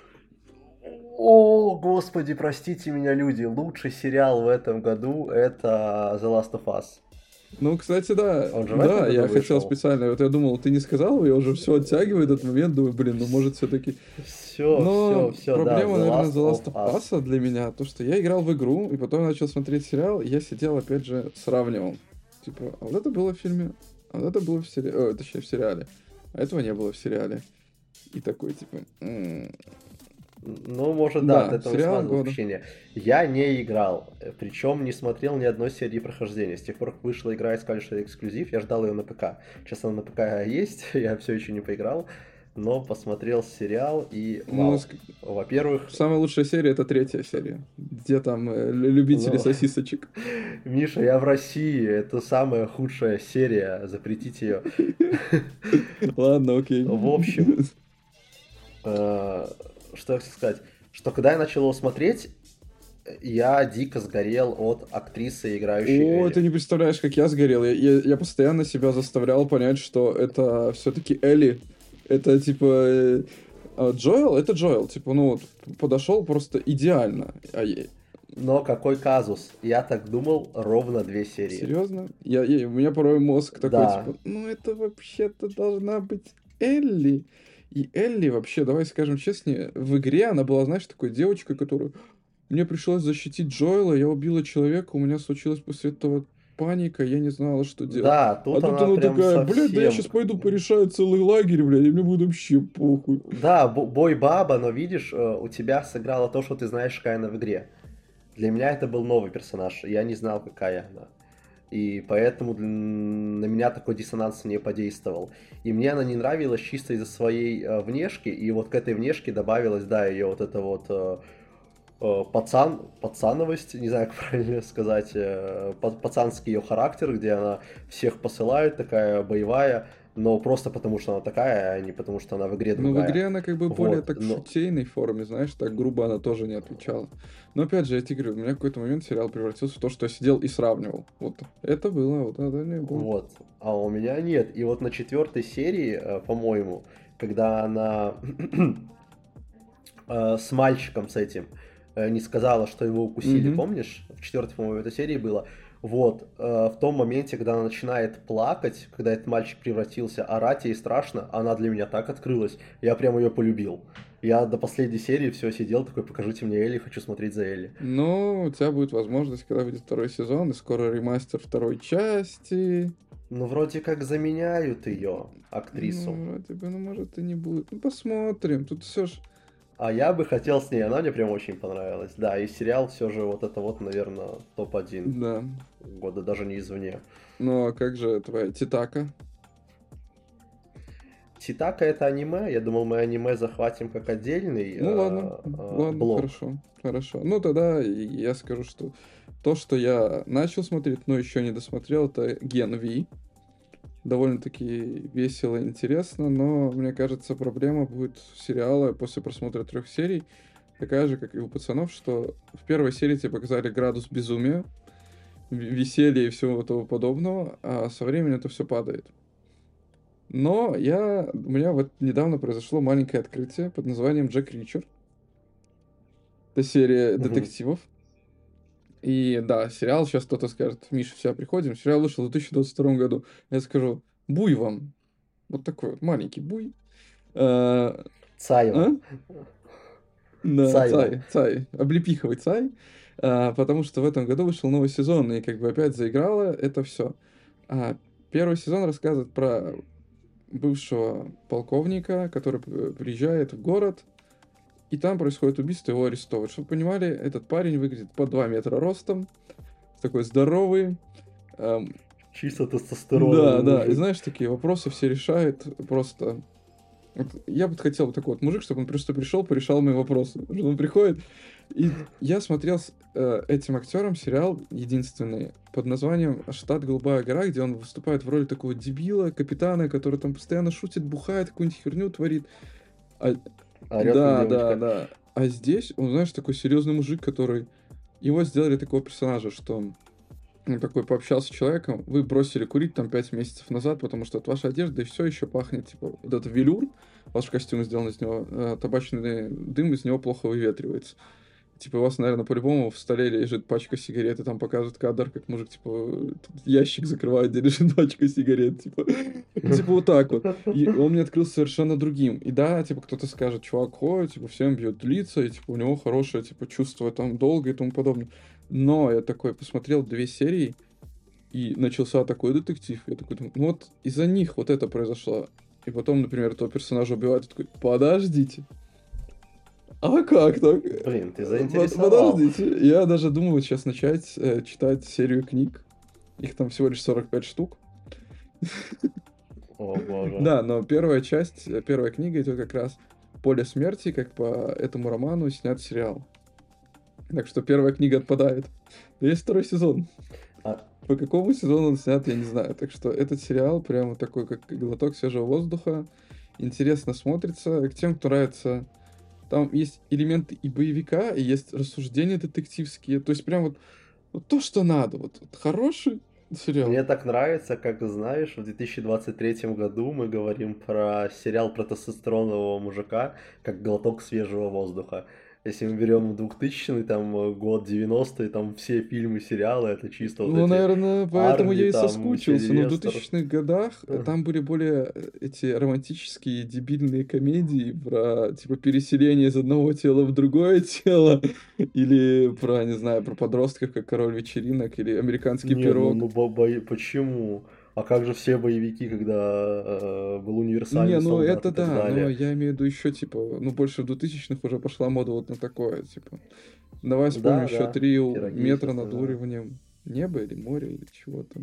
S1: О, господи, простите меня, люди, лучший сериал в этом году это The Last of Us.
S2: Ну, кстати, да.
S1: Он же в этом
S2: Да,
S1: году
S2: я хотел
S1: вышел?
S2: специально. Вот я думал, ты не сказал, я уже все оттягиваю этот момент, думаю, блин, ну может все-таки.
S1: Все,
S2: Но
S1: все, все, да,
S2: проблема,
S1: The
S2: наверное,
S1: Last
S2: The Last
S1: of
S2: of
S1: Us.
S2: Us для меня, то, что я играл в игру, и потом начал смотреть сериал, и я сидел, опять же, сравнивал. Типа, а вот это было в фильме, а вот это было в сериале, точнее, в сериале, а этого не было в сериале. И такой, типа, м,
S1: Ну, может, да, от
S2: да,
S1: этого
S2: сериал
S1: складывалось
S2: года.
S1: впечатление. Я не играл, причем не смотрел ни одной серии прохождения. С тех пор, как вышла игра и сказали, что это эксклюзив, я ждал ее на ПК. Сейчас она на ПК есть, я все еще не поиграл, но посмотрел сериал и
S2: Ну,
S1: вау.
S2: ск-
S1: Во-первых,
S2: самая лучшая серия — это третья серия, где там э, лю- любители
S1: ну,
S2: сосисочек.
S1: Миша, я в России, это самая худшая серия, запретить ее.
S2: Ладно, окей.
S1: В общем, э, что я хочу сказать, что когда я начал его смотреть, Я дико сгорел от актрисы, играющей
S2: О,
S1: Элли.
S2: ты не представляешь, как я сгорел. Я, я, я постоянно себя заставлял понять, что это все-таки Элли. Это типа э, а Джоэл, это Джоэл. Типа, ну вот, подошел просто идеально. А я-
S1: Но какой казус? Я так думал ровно две серии.
S2: серьезно? Я, я- у меня порой мозг такой,
S1: Да.
S2: типа, ну это вообще-то должна быть Элли. И Элли вообще, давай скажем честнее, в игре она была, знаешь, такой девочкой, которую мне пришлось защитить Джоэла, я убила человека, у меня случилась после этого паника, я не знала, что делать.
S1: Да,
S2: А
S1: тут
S2: тут
S1: она
S2: она
S1: прям
S2: такая, блядь, да я сейчас
S1: совсем...
S2: пойду порешаю целый лагерь, блядь, и мне будет вообще похуй.
S1: Да, бо- бой баба, но видишь, э, у тебя сыграло то, что ты знаешь, какая она в игре. Для меня это был новый персонаж, я не знал, какая она. И поэтому для- на меня такой диссонанс не подействовал. И мне она не нравилась чисто из-за своей э, внешки, и вот к этой внешке добавилась, да, ее вот это вот э, э, пацан, пацановость, не знаю, как правильно сказать, э, па- пацанский ее характер, где она всех посылает, такая боевая, но просто потому, что она такая, а не потому, что она в игре
S2: Но в
S1: другая.
S2: игре она как бы более
S1: Вот,
S2: так в
S1: но...
S2: шутейной форме, знаешь, так грубо она тоже не отвечала. Но опять же, я тебе говорю, у меня в какой-то момент сериал превратился в то, что я сидел и сравнивал. Вот это было, вот это не было.
S1: Вот, а у меня нет. И вот на четвертой серии, э, по-моему, когда она э, с мальчиком с этим э, не сказала, что его укусили,
S2: Мгм.
S1: помнишь? В четвертой, по-моему, этой серии было. Вот, э, в том моменте, когда она начинает плакать, когда этот мальчик превратился, орать ей страшно, она для меня так открылась, я прям ее полюбил. Я до последней серии все сидел такой, покажите мне Элли, хочу смотреть за Элли.
S2: Но у тебя будет возможность, когда выйдет второй сезон, и скоро ремастер второй части.
S1: Ну, вроде как заменяют ее, актрису.
S2: Ну, вроде бы, ну, может, и не будет. Ну, посмотрим. Тут все ж...
S1: А я бы хотел с ней, она мне прям очень понравилась. Да, и сериал все же вот это вот, наверное, топ один
S2: Да.
S1: года, даже не извне.
S2: Ну, а как же твоя Титака?
S1: Титака это аниме, я думал, мы аниме захватим как отдельный
S2: Ну,
S1: э,
S2: ладно.
S1: э,
S2: Ладно,
S1: блок.
S2: хорошо. Хорошо. Ну, тогда я скажу, что то, что я начал смотреть, но еще не досмотрел, это Ген Ви. Довольно-таки весело и интересно, но мне кажется, проблема будет сериала после просмотра трех серий такая же, как и у пацанов, что в первой серии тебе показали градус безумия, в- веселья и всего того подобного, а со временем это все падает. Но я, у меня вот недавно произошло маленькое открытие под названием Джек Ричер. Это серия
S1: Мгм.
S2: детективов. И да, сериал, сейчас кто-то скажет, Миша, все, приходим. Сериал вышел в две тысячи двадцать втором году. Я скажу, буй вам. Вот такой вот маленький буй. А,
S1: Цаева.
S2: а? Да,
S1: Цаева.
S2: цай, цай, облепиховый цай. А, потому что в этом году вышел новый сезон, и как бы опять заиграло это все. А, первый сезон рассказывает про бывшего полковника, который п- приезжает в город, и там происходит убийство, его арестовывают. Чтобы вы понимали, этот парень выглядит по два метра ростом, такой здоровый. эм,
S1: Чисто
S2: да,
S1: тестостероновый
S2: да, и
S1: мужик.
S2: знаешь, такие вопросы все решает просто. Вот я бы хотел вот такой вот мужик, чтобы он просто пришел, порешал мои вопросы. Что он приходит. И я смотрел с э, этим актером сериал единственный под названием «Штат Голубая гора», где он выступает в роли такого дебила, капитана, который там постоянно шутит, бухает, какую-нибудь херню творит. А
S1: Орёт, как
S2: да, да,
S1: девочка.
S2: да. А здесь, он, знаешь, такой серьезный мужик, который... Его сделали такого персонажа, что он такой пообщался с человеком, вы бросили курить там пять месяцев назад, потому что от вашей одежды все еще пахнет, типа, вот этот велюр, ваш костюм сделан из него, э, табачный дым из него плохо выветривается. Типа, у вас, наверное, по-любому в столе лежит пачка сигарет, и там показывают кадр, как мужик, типа, тут ящик закрывает, где лежит пачка сигарет, типа, типа вот так вот. И он мне открылся совершенно другим. И да, типа, кто-то скажет, чувак ходит, типа, всем бьет лица, и, типа, у него хорошее, типа, чувство там долга и тому подобное. Но я такой посмотрел две серии, и начался такой детектив. Я такой думаю, ну вот из-за них вот это произошло. И потом, например, этого персонажа убивают, и такой, подождите. А как так?
S1: Блин, ты
S2: Под-
S1: заинтересовал.
S2: Подождите. Я даже думаю сейчас начать э, читать серию книг. Их там всего лишь сорок пять штук.
S1: О боже.
S2: Да, но первая часть, э, первая книга идет как раз «Поле смерти», как по этому роману снят сериал. Так что первая книга отпадает. Но есть второй сезон.
S1: А,
S2: По какому сезону он снят, я не знаю. Так что этот сериал прямо такой, как глоток свежего воздуха. Интересно смотрится. К тем, кто нравится там есть элементы и боевика, и есть рассуждения детективские. То есть прям вот, вот то, что надо. Вот, вот хороший сериал.
S1: Мне так нравится, как знаешь, в две тысячи двадцать третьем году мы говорим про сериал про тестостеронового мужика, как глоток свежего воздуха. Если мы берем двухтысячный, там, э, год девяностые, там все фильмы, сериалы, это чисто вот
S2: Ну,
S1: эти
S2: наверное, поэтому
S1: Арни,
S2: я и
S1: там,
S2: соскучился. Но в
S1: Сильвестр.
S2: двухтысячных годах э, там были более э, эти романтические дебильные комедии про, типа, переселение из одного тела в другое тело. Или про, не знаю, про подростков, как король вечеринок, или американский
S1: Не, ну,
S2: пирог.
S1: ну бо- бо- почему? А как же все боевики, когда э, был
S2: Не,
S1: универсальный
S2: ну
S1: солдат
S2: это
S1: и так
S2: да, но
S1: далее?
S2: я имею в виду еще, типа, ну, больше в двухтысячных уже пошла мода вот на такое, типа. Давай вспомним
S1: Да,
S2: еще
S1: да,
S2: три
S1: пироги и все
S2: метра над
S1: остальное.
S2: уровнем неба или моря или чего-то.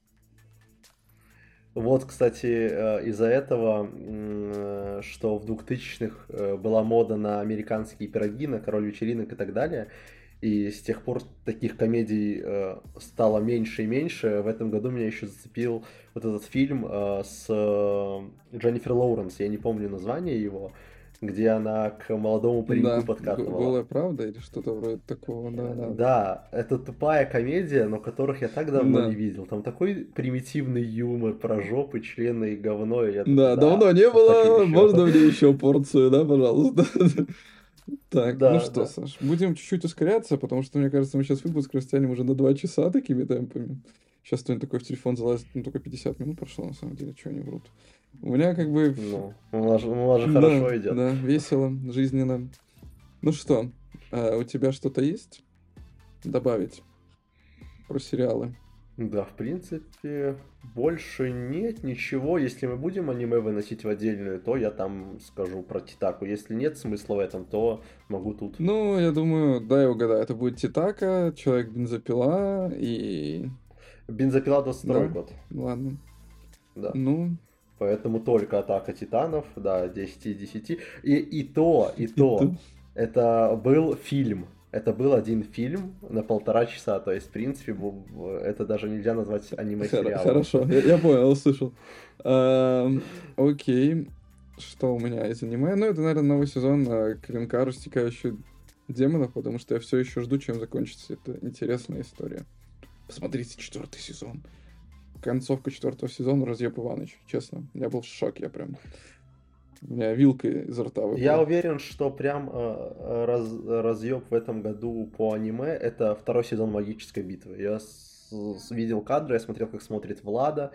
S1: Вот, кстати, э, из-за этого, м, э, что в двухтысячных э, была мода на американские пироги, на король вечеринок и так далее, и с тех пор таких комедий э, стало меньше и меньше. В этом году меня еще зацепил вот этот фильм э, с э, Дженнифер Лоуренс, я не помню название его, где она к молодому пареньку
S2: Да, г-
S1: подкатывала.
S2: голая правда или что-то вроде такого, да,
S1: Э,
S2: да.
S1: Да, это тупая комедия, но которых я так давно не
S2: Да,
S1: видел. Там такой примитивный юмор про жопы, члены и говно, и я такой,
S2: да,
S1: да,
S2: давно не
S1: хочу
S2: было, можно
S1: еще.
S2: мне еще порцию, да, пожалуйста. Так, ну
S1: Да,
S2: что,
S1: да.
S2: Саш, будем чуть-чуть ускоряться, потому что, мне кажется, мы сейчас выпуск растянем уже на два часа такими темпами. Сейчас кто-нибудь такой в телефон залазит, ну только пятьдесят минут прошло, на самом деле, что они врут. У меня как бы...
S1: Ну, у нас, же- у нас же
S2: Да,
S1: хорошо идет.
S2: да, весело, жизненно. Ну что, а у тебя что-то есть добавить про сериалы?
S1: Да, в принципе, больше нет ничего. Если мы будем аниме выносить в отдельную, то я там скажу про Титаку. Если нет смысла в этом, то могу тут.
S2: Ну, я думаю, дай угадаю, это будет Титака, Человек-бензопила и...
S1: Бензопила двадцать второй
S2: Да?
S1: год.
S2: Ладно.
S1: Да.
S2: Ну,
S1: Поэтому только Атака Титанов, да, десять из десяти. И, и то, и
S2: и
S1: то,
S2: то.
S1: это был фильм. Это был один фильм на полтора часа. То есть, в принципе, бу- бу- это даже нельзя назвать
S2: Хор-
S1: аниме-сериалом.
S2: Хорошо, я, я понял, услышал. Ам, Окей, что у меня из аниме? Ну, это, наверное, новый сезон э, Клинка Растекающих Демонов, потому что я все еще жду, чем закончится эта интересная история. Посмотрите четвертый сезон. Концовка четвертого сезона разъеб Иваныч, честно. Я был в шоке, я прям... У меня вилка изо рта
S1: Я
S2: выпала.
S1: уверен, что прям э, раз, разъеб в этом году по аниме это второй сезон Магической битвы. Я с- с- видел кадры, я смотрел, как смотрит Влада.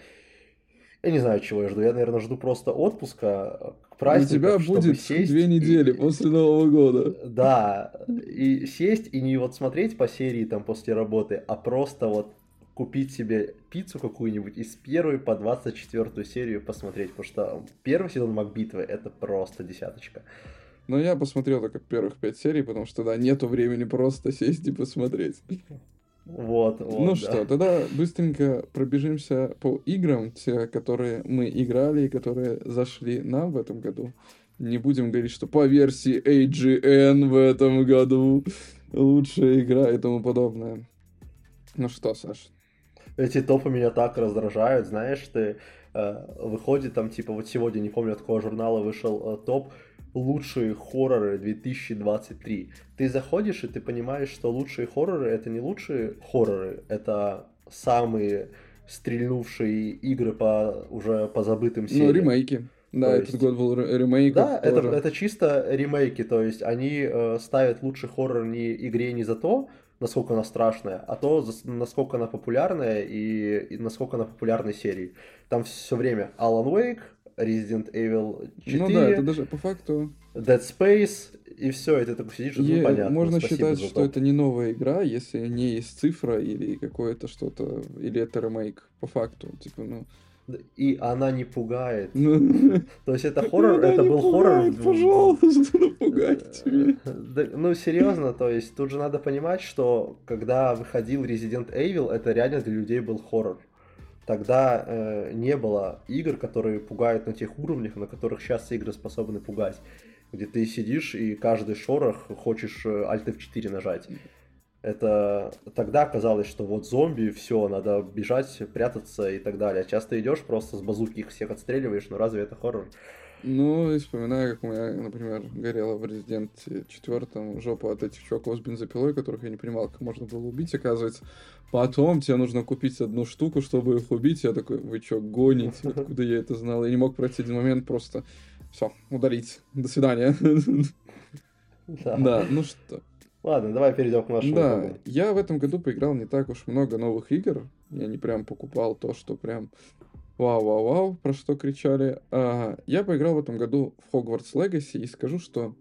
S1: Я не знаю, чего я жду. Я, наверное, жду просто отпуска к
S2: У
S1: праздникам,
S2: тебя
S1: чтобы
S2: будет
S1: сесть
S2: две недели
S1: и...
S2: после Нового года.
S1: Да, и сесть и не вот смотреть по серии там после работы, а просто вот купить себе пиццу какую-нибудь и с первой по двадцать четвертую серию посмотреть, потому что первый сезон Макбитвы это просто десяточка.
S2: Но я посмотрел только первых пять серий, потому что, да, нету времени просто сесть и посмотреть.
S1: Вот,
S2: Ну
S1: вот,
S2: что,
S1: да.
S2: тогда быстренько пробежимся по играм, те, которые мы играли и которые зашли нам в этом году. Не будем говорить, что по версии эй джи эн в этом году лучшая игра и тому подобное. Ну что, Саш?
S1: Эти топы меня так раздражают, знаешь, ты э, выходит там, типа, вот сегодня, не помню, от какого журнала вышел э, топ лучшие хорроры две тысячи двадцать три. Ты заходишь и ты понимаешь, что лучшие хорроры это не лучшие хорроры, это самые стрельнувшие игры по уже по забытым
S2: Ну,
S1: сериям.
S2: ремейки. Да,
S1: То
S2: этот
S1: есть,
S2: год был ре- ремейков
S1: да, это,
S2: тоже.
S1: это чисто ремейки, то есть они э, ставят лучший хоррор не игре не за то, насколько она страшная, а то, за- насколько она популярная и, и насколько она популярной серии. Там все время Alan Wake, Resident Evil
S2: Ну да, это
S1: четыре,
S2: даже по факту...
S1: Dead Space, и все, и ты такой сидишь, ну
S2: Е-
S1: понятно,
S2: можно
S1: спасибо
S2: считать,
S1: за
S2: что
S1: топ.
S2: это не новая игра, если не есть цифра или какое-то что-то, или это ремейк по факту, типа, ну...
S1: И она не пугает.
S2: Ну,
S1: То есть это
S2: так
S1: хоррор,
S2: она
S1: это
S2: не
S1: был хоррор...
S2: пугает,
S1: в-
S2: пожалуйста, напугайте меня.
S1: Да, ну, серьезно, то есть тут же надо понимать, что когда выходил Resident Evil, это реально для людей был хоррор. Тогда э, не было игр, которые пугают на тех уровнях, на которых сейчас игры способны пугать. Где ты сидишь и каждый шорох хочешь Alt эф четыре нажать. Это тогда казалось, что вот зомби, все, надо бежать, прятаться и так далее. Часто идешь, просто с базуки их всех отстреливаешь, но разве это хоррор?
S2: Ну, и вспоминаю, как у меня, например, горела в Резиденте четвертом жопа от этих чуваков с бензопилой, которых я не понимал, как можно было убить, оказывается. Потом тебе нужно купить одну штуку, чтобы их убить. Я такой, вы чё, гоните? Откуда я это знал? Я не мог пройти один момент, просто все, удалить. До свидания.
S1: Да.
S2: Да, ну что.
S1: Ладно, давай перейдем к нашему
S2: Да,
S1: итогу.
S2: я в этом году поиграл не так уж много новых игр. Я не прям покупал то, что прям вау-вау-вау, про что кричали. А, я поиграл в этом году в Hogwarts Legacy и скажу, что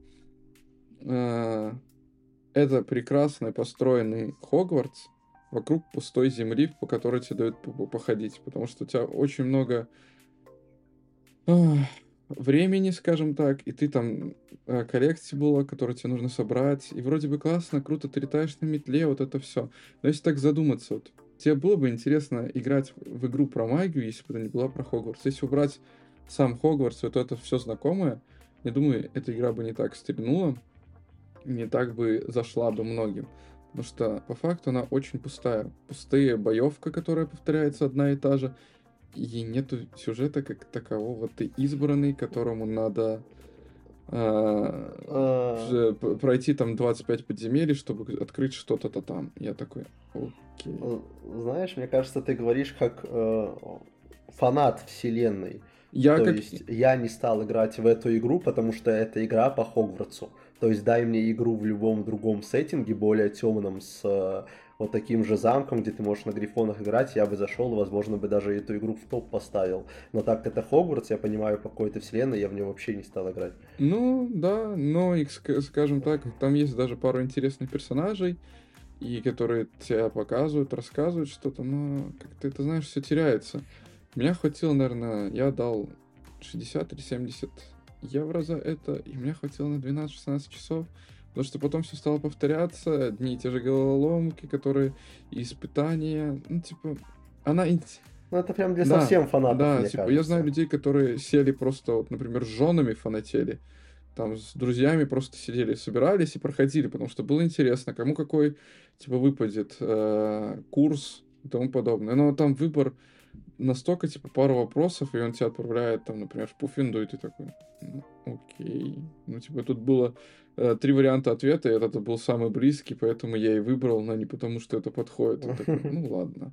S2: а, это прекрасно построенный Хогвартс вокруг пустой земли, по которой тебе дают по- по- походить. Потому что у тебя очень много ах, времени, скажем так, и ты там коллекции была, которые тебе нужно собрать, и вроде бы классно, круто, ты летаешь на метле, вот это все. Но если так задуматься, вот, тебе было бы интересно играть в игру про магию, если бы это не была про Хогвартс. Если убрать сам Хогвартс, вот это все знакомое, я думаю, эта игра бы не так стрельнула, не так бы зашла бы многим. Потому что, по факту, она очень пустая. Пустая боевка, которая повторяется одна и та же, и нету сюжета как такового. Ты избранный, которому надо а,
S1: А,
S2: же п- пройти там двадцать пять подземелий, чтобы открыть что-то-то там. Я такой, окей.
S1: э, Знаешь, мне кажется, ты говоришь как э, фанат вселенной.
S2: Я
S1: То
S2: как...
S1: есть я не стал играть в эту игру, потому что это игра по Хогвартсу. То есть дай мне игру в любом другом сеттинге, более темном, с э, вот таким же замком, где ты можешь на грифонах играть, я бы зашел, и, возможно, бы даже эту игру в топ поставил. Но так как это Хогвартс, я понимаю, по какой-то вселенной, я в нее вообще не стал играть.
S2: Ну, да, но, и, ск- скажем так, там есть даже пару интересных персонажей, и которые тебя показывают, рассказывают что-то, но как-то это, знаешь, все теряется. Меня хватило, наверное, я дал шестьдесят или семьдесят евро за это, и мне хватило на двенадцать-шестнадцать часов, потому что потом все стало повторяться, одни и те же головоломки, которые и испытания, ну, типа, она... ин-
S1: Ну, это прям для
S2: Да,
S1: совсем фанатов,
S2: да,
S1: мне
S2: типа, я
S1: кажется.
S2: знаю людей, которые сели просто, вот, например, с женами фанатели, там с друзьями просто сидели, собирались и проходили, потому что было интересно, кому какой, типа, выпадет э, курс и тому подобное. Но там выбор настолько, типа, пару вопросов, и он тебя отправляет, там, например, в Пуффинду, и ты такой, «Ну, окей». Ну, типа, тут было э, три варианта ответа, и этот был самый близкий, поэтому я и выбрал, но не потому, что это подходит. Я такой, ну, ладно.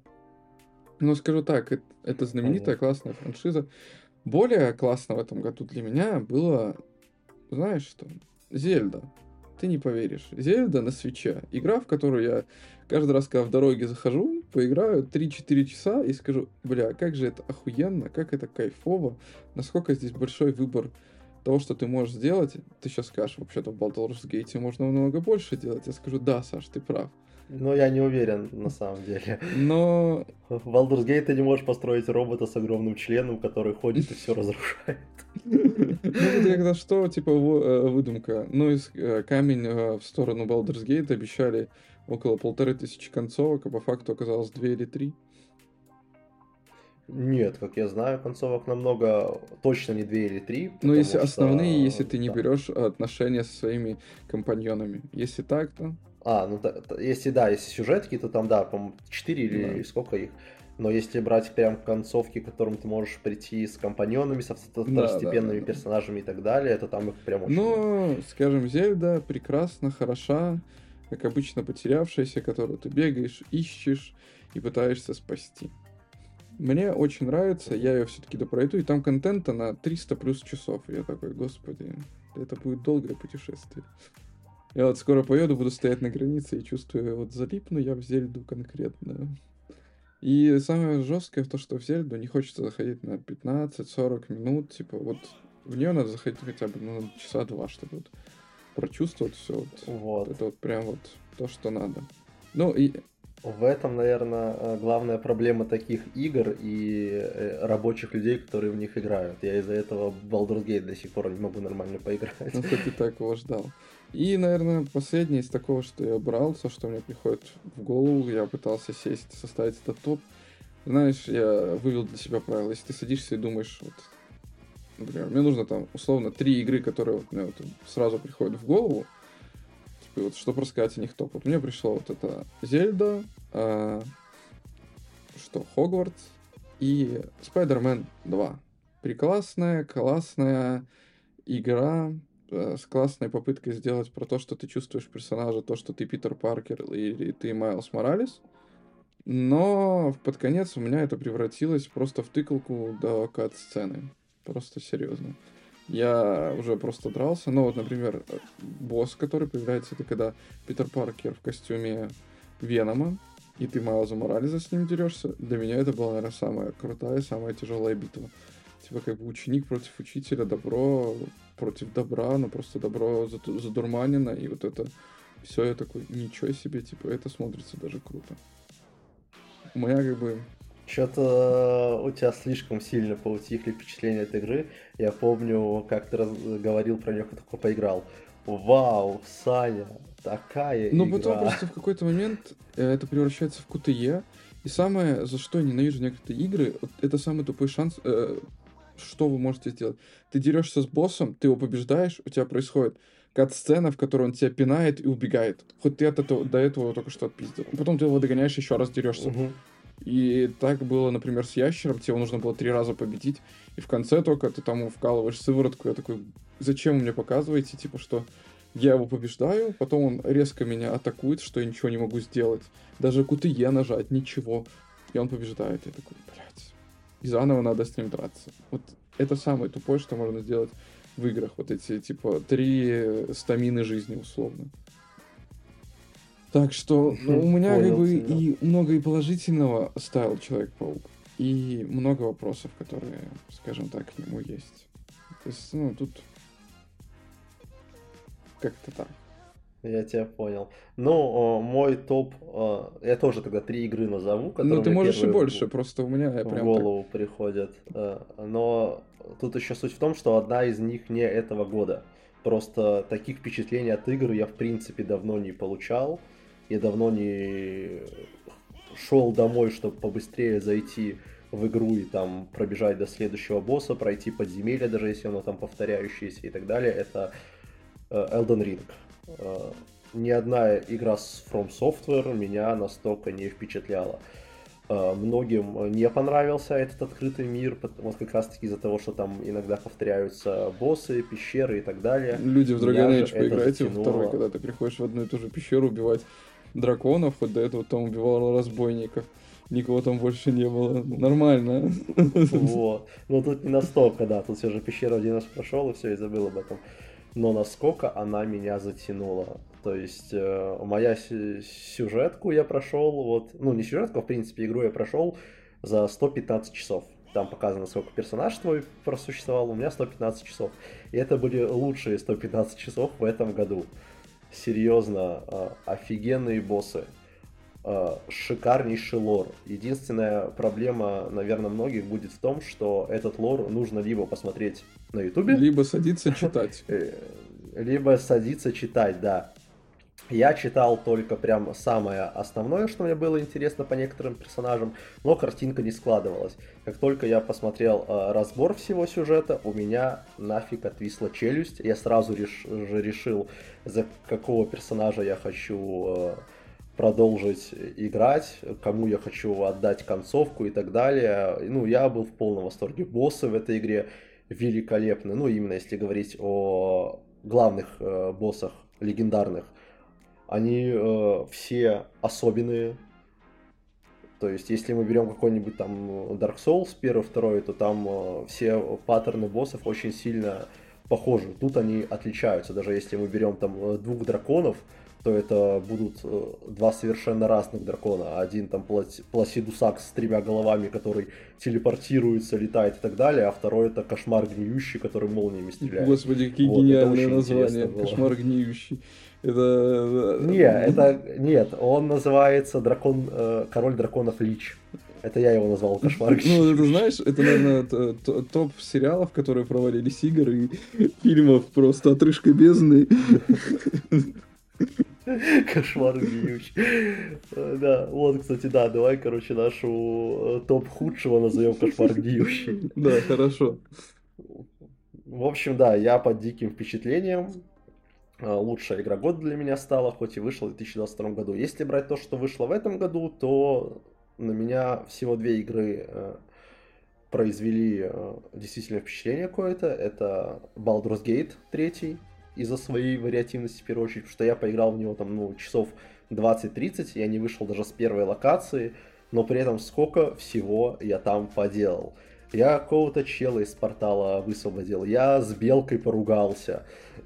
S2: Но скажу так, это, это знаменитая,
S1: Понятно.
S2: классная франшиза. Более классно в этом году для меня было, знаешь что, Зельда. Ты не поверишь. Зельда на свитче. Игра, в которую я каждый раз, когда в дороге захожу, поиграю три-четыре часа и скажу, бля, как же это охуенно, как это кайфово, насколько здесь большой выбор того, что ты можешь сделать. Ты сейчас скажешь, вообще-то в Baldur's Gate можно намного больше делать. Я скажу, да, Саш, ты прав.
S1: Но я не уверен, на самом деле.
S2: Но
S1: В Baldur's Gate ты не можешь построить робота с огромным членом, который ходит и все разрушает.
S2: ну, тут когда что, типа, во- э, выдумка. Ну, из э, камень э, в сторону Baldur's Gate обещали около полторы тысячи концовок, а по факту оказалось две или три.
S1: Нет, как я знаю, концовок намного, точно не две или три,
S2: Ну,
S1: потому
S2: если
S1: что,
S2: основные, если ты не
S1: да.
S2: берешь отношения со своими компаньонами. Если так, то...
S1: А, ну да, т- если да, если сюжетки, то там, да, по-моему, четыре или
S2: Да.
S1: сколько их. Но если брать прям концовки, к которым ты можешь прийти с компаньонами, со вт-
S2: Да, да,
S1: второстепенными
S2: да, да.
S1: персонажами и так далее, то там их прям очень много.
S2: Но, скажем, Зельда прекрасна, хороша, как обычно потерявшаяся, которую ты бегаешь, ищешь и пытаешься спасти. Мне очень нравится, я ее все-таки допройду, и там контента на триста плюс часов. И я такой, господи, это будет долгое путешествие. Я вот скоро поеду, буду стоять на границе и чувствую, вот залипну я в Зельду конкретно. И самое жесткое в то, что в Зельду не хочется заходить на пятнадцать-сорок минут, типа вот в нее надо заходить хотя бы ну, часа два, чтобы вот прочувствовать все вот.
S1: Вот.
S2: Это вот прям вот то, что надо. Ну и
S1: В этом, наверное, главная проблема таких игр и э, рабочих людей, которые в них играют. Я из-за этого Baldur's Gate до сих пор не могу нормально поиграть.
S2: ну, кстати, так его ждал. И, наверное, последнее из такого, что я брал, то, что мне приходит в голову, я пытался сесть, составить этот топ. Знаешь, я вывел для себя правило. Если ты садишься и думаешь, вот, например, мне нужно там условно три игры, которые вот, мне вот сразу приходят в голову, типа, вот, чтобы рассказать о них топ. Вот мне пришло вот это Зельда, а, что, Хогвартс и Spider-Man два. прекрасная, классная игра э, с классной попыткой сделать про то, что ты чувствуешь персонажа, то, что ты Питер Паркер или ты Майлз Моралес. Но под конец у меня это превратилось просто в тыкалку до кат-сцены. Просто серьезно. Я уже просто дрался. Ну вот, например, э, босс, который появляется, это когда Питер Паркер в костюме Венома, и ты Майлза Моралеса с ним дерешься. Для меня это была, наверное, самая крутая, самая тяжелая битва. Типа как бы ученик против учителя, добро против добра, но просто добро зату- задурманено, и вот это все, я такой, ничего себе, типа, это смотрится даже круто. У меня как бы...
S1: Что-то у тебя слишком сильно поутихли впечатления от игры. Я помню, как ты раз- говорил про нее, как только поиграл. Вау, Саня, такая
S2: Ну, потом
S1: игра.
S2: просто в какой-то момент э, это превращается в ку тэ е. И самое, за что я ненавижу некоторые игры, вот это самый тупой шанс, э, что вы можете сделать. Ты дерешься с боссом, ты его побеждаешь, у тебя происходит кат-сцена, в которой он тебя пинает и убегает. Хоть ты от этого, до этого его только что отпиздил. Потом ты его догоняешь, еще раз дерешься.
S1: Мгм.
S2: И так было, например, с ящером, тебе его нужно было три раза победить, и в конце только ты там вкалываешь сыворотку, я такой, зачем вы мне показываете, типа, что я его побеждаю, потом он резко меня атакует, что я ничего не могу сделать, даже ку тэ е нажать, ничего, и он побеждает, я такой, блядь, и заново надо с ним драться. Вот это самое тупое, что можно сделать в играх, вот эти, типа, три стамины жизни, условно. Так что ну, у меня как
S1: Понял
S2: бы
S1: тебя.
S2: и много и положительного оставил Человек-паук, и много вопросов, которые, скажем так, к нему есть. То есть, ну, тут как-то так.
S1: Я тебя понял. Ну, о, мой топ, э, я тоже тогда три игры назову, которые
S2: Ну, ты
S1: мне
S2: можешь и
S1: первые в-
S2: больше, просто у меня я
S1: в
S2: прям так...
S1: голову приходят. э, Но тут еще суть в том, что одна из них не этого года. Просто таких впечатлений от игр я в принципе давно не получал. Я давно не шел домой, чтобы побыстрее зайти в игру и там пробежать до следующего босса, пройти подземелье, даже если оно там повторяющееся и так далее. Это э, Elden Ring. Э, Ни одна игра с From Software меня настолько не впечатляла. Э, Многим не понравился этот открытый мир, пот- вот как раз таки из-за того, что там иногда повторяются боссы, пещеры и так далее.
S2: Люди в
S1: Меня
S2: Dragon
S1: же
S2: Age
S1: это
S2: поиграйте во
S1: затянуло.
S2: второй, когда ты приходишь в одну и ту же пещеру убивать драконов, хоть до этого там убивал разбойников. Никого там больше не было. Нормально.
S1: Вот. Но тут не настолько, да, тут все же пещеру один раз прошел и все, и забыл об этом. Но насколько она меня затянула. То есть э, моя сю- сюжетку я прошел, вот, ну не сюжетку, а в принципе игру я прошел за сто пятнадцать часов. Там показано, сколько персонаж твой просуществовал, у меня сто пятнадцать часов. И это были лучшие сто пятнадцать часов в этом году. Серьезно, э, офигенные боссы. э, шикарнейший лор. Единственная проблема, наверное, многих будет в том, что этот лор нужно либо посмотреть на ютубе,
S2: Либо садиться читать.
S1: э, либо садиться читать, да. Я читал только прям самое основное, что мне было интересно по некоторым персонажам, но картинка не складывалась. Как только я посмотрел э, разбор всего сюжета, у меня нафиг отвисла челюсть. Я сразу реш- же решил, за какого персонажа я хочу э, продолжить играть, кому я хочу отдать концовку и так далее. Ну, я был в полном восторге. Боссы в этой игре великолепны. Ну, именно если говорить о главных э, боссах легендарных. Они э, все особенные. То есть, если мы берем какой-нибудь там Dark Souls первый, второй, то там э, все паттерны боссов очень сильно похожи. Тут они отличаются. Даже если мы берем там э, двух драконов, то это будут э, два совершенно разных дракона. Один там Пласи- Пласидусак с тремя головами, который телепортируется, летает и так далее, а второй это Кошмар Гниющий, который молниями стреляет.
S2: Господи, какие
S1: Вот, это
S2: гениальные
S1: очень
S2: названия.
S1: интересно было.
S2: Кошмар гниющий. Это...
S1: Не, это нет, он называется дракон, э, король драконов Лич. Это я его назвал Кошмар
S2: Ну, это
S1: Гниющий.
S2: знаешь, это, наверное, т- т- топ сериалов, которые провалились игр и фильмов просто «Отрыжка бездны».
S1: Кошмар Гниющий. Э, Да, вот, кстати, да, давай, короче, нашу э, топ худшего назовем Кошмар Гниющий.
S2: Да, хорошо.
S1: В общем, да, я под диким впечатлением. Э, Лучшая игра года для меня стала, хоть и вышла в две тысячи двадцать втором году. Если брать то, что вышло в этом году, то на меня всего две игры э, произвели э, действительно впечатление какое-то. Это Baldur's Gate три из-за своей вариативности в первую очередь, потому что я поиграл в него там, ну, часов двадцать-тридцать, я не вышел даже с первой локации, но при этом сколько всего я там поделал. Я какого-то чела из портала высвободил, я с белкой поругался,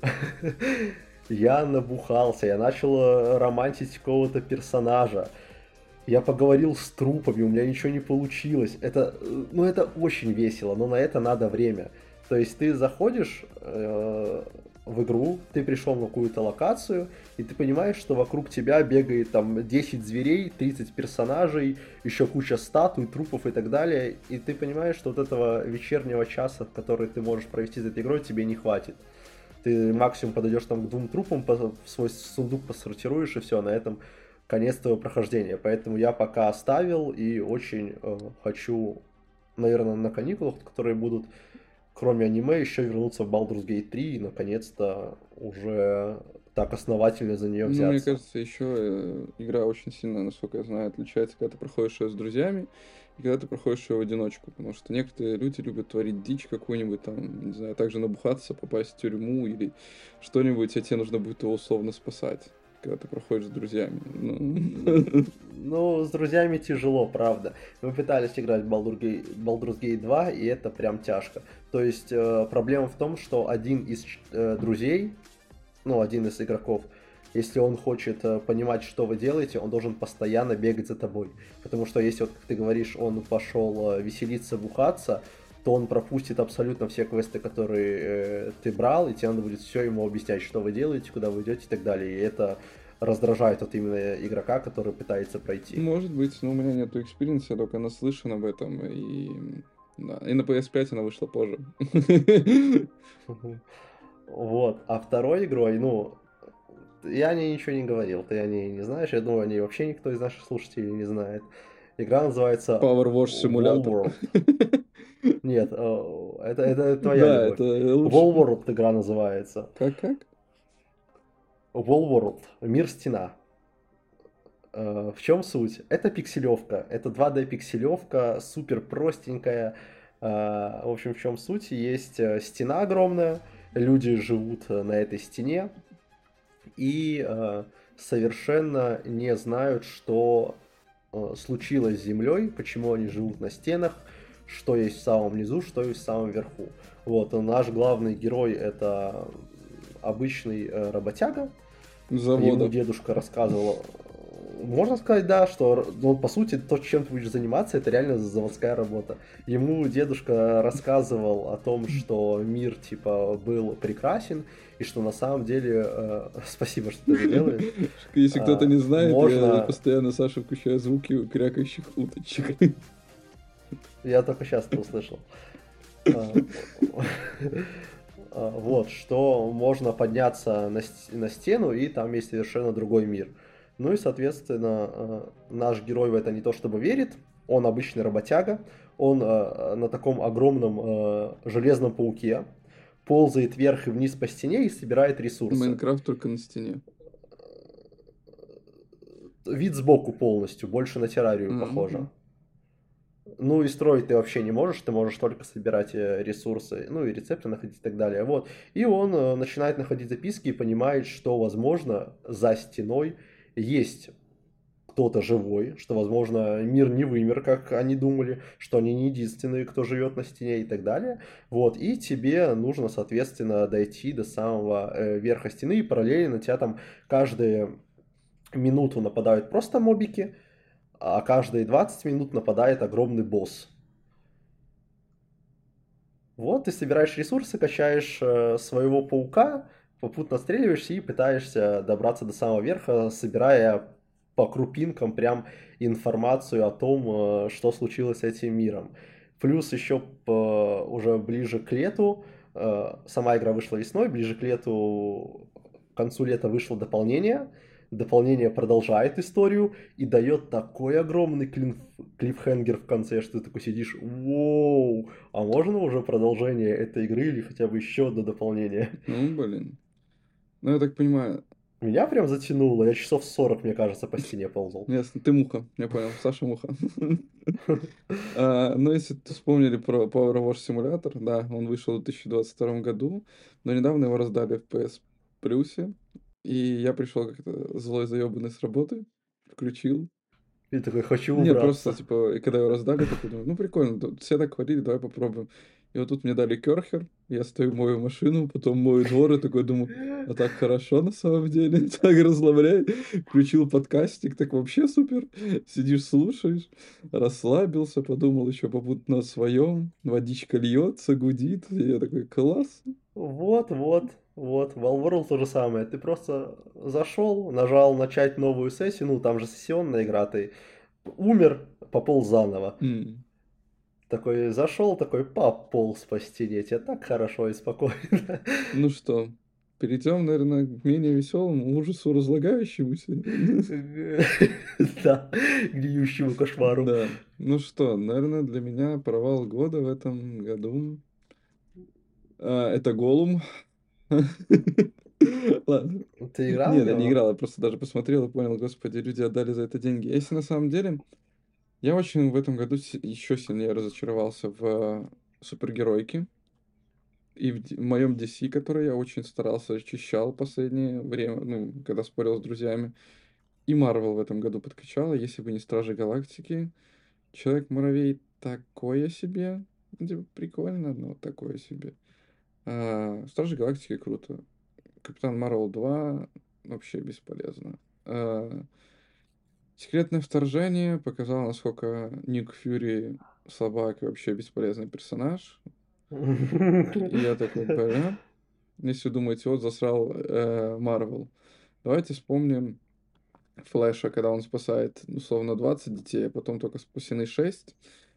S1: я набухался, я начал э, романтить какого-то персонажа, я поговорил с трупами, у меня ничего не получилось. Это, э, ну, это очень весело, но на это надо время. То есть ты заходишь э, в игру, ты пришел на какую-то локацию, и ты понимаешь, что вокруг тебя бегает там десять зверей, тридцать персонажей, еще куча статуй, трупов и так далее, и ты понимаешь, что вот этого вечернего часа, который ты можешь провести за этой игрой, тебе не хватит. Ты максимум подойдешь там к двум трупам, по- в свой сундук посортируешь, и все, на этом конец твоего прохождения. Поэтому я пока оставил и очень э, хочу, наверное, на каникулах, которые будут, кроме аниме, еще вернуться в Baldur's Gate три и наконец-то уже так основательно за нее
S2: Ну, мне
S1: взяться.
S2: кажется, еще игра очень сильно, насколько я знаю, отличается, когда ты проходишь ее с друзьями и когда ты проходишь ее в одиночку. Потому что некоторые люди любят творить дичь какую-нибудь, там, не знаю, также набухаться, попасть в тюрьму или что-нибудь, а тебе нужно будет его условно спасать, когда ты проходишь с друзьями. Ну,
S1: Ну, с друзьями тяжело, правда. Мы пытались играть в Baldur's Gate, Baldur's Gate два, и это прям тяжко. То есть э, проблема в том, что один из ч- э, друзей, ну, один из игроков, если он хочет э, понимать, что вы делаете, он должен постоянно бегать за тобой. Потому что если, вот, как ты говоришь, он пошел э, веселиться, бухаться, то он пропустит абсолютно все квесты, которые э, ты брал, и тебе надо будет все ему объяснять, что вы делаете, куда вы идете и так далее. И это раздражает вот именно игрока, который пытается пройти.
S2: может быть, но у меня нету экспириенса, я только наслышан об этом. И, да. И на пи эс пять она вышла позже.
S1: Мгм. Вот. А второй игрой, ну, я о ней ничего не говорил, ты о ней не знаешь, я думаю, о ней вообще никто из наших слушателей не знает. Игра называется
S2: Power Wash
S1: Wall
S2: Simulator.
S1: World. Нет, э, это, это твоя
S2: Да,
S1: любовь.
S2: это лучше.
S1: Wall World игра называется.
S2: Как, как?
S1: Wall World. Мир стена. Э, В чем суть? Это пикселевка. Это два дэ пикселевка, супер простенькая. Э, В общем, в чем суть? Есть э, стена огромная, люди живут э, на этой стене и э, совершенно не знают, что э, случилось с Землей, почему они живут на стенах, что есть в самом низу, что есть в самом верху. Вот, а наш главный герой это обычный э, работяга. Ему
S2: Завода.
S1: дедушка рассказывал, можно сказать, да, что, ну, по сути, то, чем ты будешь заниматься, это реально заводская работа. Ему дедушка рассказывал о том, что мир, типа, был прекрасен, и что на самом деле... э, спасибо, что ты это делаешь.
S2: Если кто-то
S1: А,
S2: не знает, я
S1: можно-
S2: постоянно Саше включаю звуки крякающих уточек.
S1: Я только сейчас это услышал. А, а, Вот, что можно подняться на с- на стену, и там есть совершенно другой мир. Ну и, соответственно, э, наш герой в это не то чтобы верит, он обычный работяга, он э, на таком огромном э, железном пауке ползает вверх и вниз по стене и собирает ресурсы.
S2: Майнкрафт только на стене.
S1: Вид сбоку полностью, больше на террарию
S2: Мгм.
S1: похоже. Ну и строить ты вообще не можешь, ты можешь только собирать э, ресурсы, ну и рецепты находить и так далее. Вот. И он э, начинает находить записки и понимает, что, возможно, за стеной есть кто-то живой, что, возможно, мир не вымер, как они думали, что они не единственные, кто живет на стене и так далее. Вот. И тебе нужно, соответственно, дойти до самого э, верха стены, и параллельно на тебя там каждую минуту нападают просто мобики, а каждые двадцать минут нападает огромный босс. Вот, ты собираешь ресурсы, качаешь э, своего паука, попутно отстреливаешься и пытаешься добраться до самого верха, собирая по крупинкам прям информацию о том, э, что случилось с этим миром. Плюс еще по- уже ближе к лету, э, сама игра вышла весной, ближе к лету, к концу лета вышло дополнение. Дополнение продолжает историю и дает такой огромный клин- клиффхенгер в конце, что ты такой сидишь, воу, а можно уже продолжение этой игры или хотя бы еще одно дополнение?
S2: Ну, блин. Ну, я так понимаю,
S1: Меня прям затянуло. Я часов сорок, мне кажется, по стене ползал.
S2: Ясно, ты муха, я понял, Саша муха. А, ну, если ты вспомнили про Power Wash Simulator, да, он вышел в две тысячи двадцать втором году, но недавно его раздали в пи эс Плюсе, и я пришел как-то злой заебанный с работы, включил.
S1: И такой, хочу
S2: Не, просто,
S1: убраться.
S2: типа, и когда его раздали, такой думаю, ну, прикольно, тут все так хвалили, давай попробуем. И вот тут мне дали керхер, я стою, мою машину, потом мою двор, и такой думаю, а так хорошо на самом деле, так расслабляет. Включил подкастик, так вообще супер. Сидишь, слушаешь, расслабился, подумал еще попутно о своем, водичка льется, гудит, и я такой, класс.
S1: Вот, вот, вот. В Valve то же самое. Ты просто зашел, нажал начать новую сессию, ну там же сессионная игра, ты умер, пополз заново.
S2: М.
S1: Такой зашел, такой пополз по стене, тебе так хорошо и спокойно.
S2: Ну что, перейдем, наверное, к менее веселому ужасу разлагающемуся.
S1: Да, гниющему кошмару.
S2: Да. Ну что, наверное, для меня провал года в этом году. а, это Голум. Ладно.
S1: Ты играл в
S2: Нет, я не
S1: него?
S2: играл, я просто даже посмотрел и понял, господи, люди отдали за это деньги. Если на самом деле, я очень в этом году си- еще сильнее разочаровался в э, супергеройке и в, д- в моем ди си, который я очень старался, очищал последнее время, ну, когда спорил с друзьями. И Марвел в этом году подкачала, если бы не Стражи Галактики. Человек-муравей такое себе. Ну, типа, прикольно, но такое себе. А, Стражи Галактики круто. Капитан Марвел два вообще бесполезно. А, Секретное вторжение показало, насколько Ник Фьюри слабак и вообще бесполезный персонаж. И я такой, бля, если думаете, вот засрал Марвел. Давайте вспомним Флэша, когда он спасает, условно, двадцать детей, а потом только спасены шесть.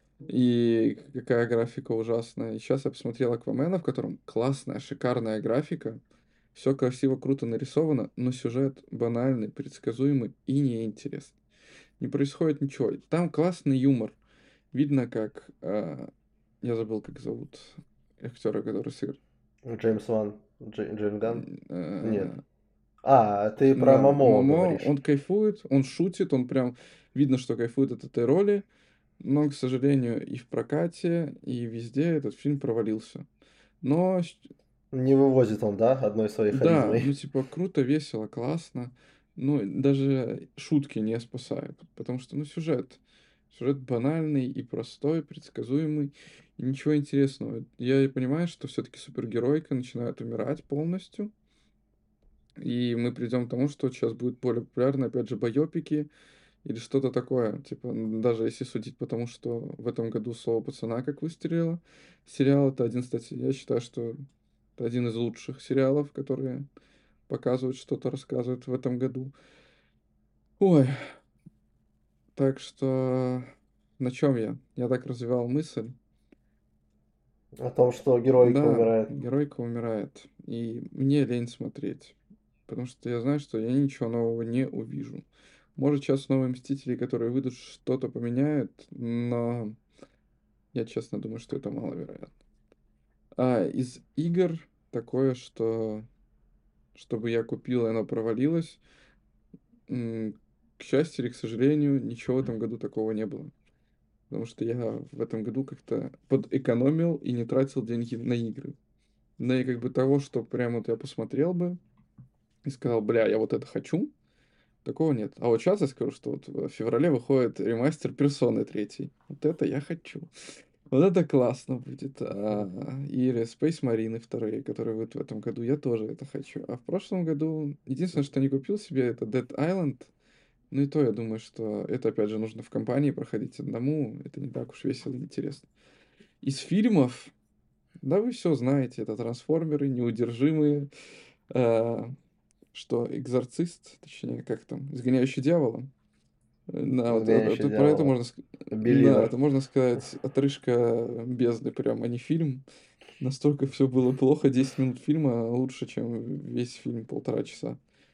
S2: И какая графика ужасная. И сейчас я посмотрел Аквамена, в котором классная, шикарная графика. Все красиво, круто нарисовано, но сюжет банальный, предсказуемый и неинтересный. Не происходит ничего. Там классный юмор. Видно, как... а, я забыл, как зовут актера, который сыграл.
S1: Джеймс Ван, Джей- Джейн Ган? Нет.
S2: Э,
S1: А, ты про
S2: Да,
S1: Момоа
S2: Момо,
S1: говоришь.
S2: он кайфует, он шутит, он прям... Видно, что кайфует от этой роли. Но, к сожалению, и в прокате, и везде этот фильм провалился. Но, щ-
S1: Не вывозит он, да, одной своей
S2: да,
S1: харизмой.
S2: ну, типа, круто, весело, классно. Ну, даже шутки не спасают, потому что, ну, сюжет. Сюжет банальный и простой, предсказуемый, и ничего интересного. Я и понимаю, что все-таки супергеройка начинает умирать полностью, и мы придем к тому, что сейчас будет более популярны, опять же, байопики, или что-то такое. Типа, н- даже если судить по тому, что в этом году «Слово пацана» как выстрелило. Сериал это один, кстати, я считаю, что это один из лучших сериалов, которые показывают что-то, рассказывают в этом году. Ой, так что на чем я? Я так развивал мысль.
S1: О том, что героика
S2: Да,
S1: умирает.
S2: геройка умирает, и мне лень смотреть, потому что я знаю, что я ничего нового не увижу. Может, сейчас новые «Мстители», которые выйдут, что-то поменяют, но я честно думаю, что это маловероятно. А из игр такое, что чтобы я купил, и оно провалилось, м, к счастью или к сожалению, ничего в этом году такого не было. Потому что я в этом году как-то подэкономил и не тратил деньги на игры. Но и как бы того, что прям вот я посмотрел бы и сказал, бля, я вот это хочу, такого нет. А вот сейчас я скажу, что вот в феврале выходит ремастер Персоны третьей. Вот это я хочу. Вот это классно будет. А, и Space Marine вторые, которые выйдут в этом году, я тоже это хочу. А в прошлом году единственное, что не купил себе, это Dead Island. Ну и то, я думаю, что это, опять же, нужно в компании проходить одному. Это не так уж весело и интересно. Из фильмов, да вы все знаете, это «Трансформеры», «Неудержимые», а, что «Экзорцист», точнее, как там, «Изгоняющий дьявола». Да, вот это,
S1: Изгоняющий
S2: это- про это
S1: дьявола.
S2: можно, ск- да,
S1: Беливер.
S2: это можно сказать отрыжка бездны прям, а не фильм. Настолько все было плохо, десять минут фильма лучше, чем весь фильм полтора часа.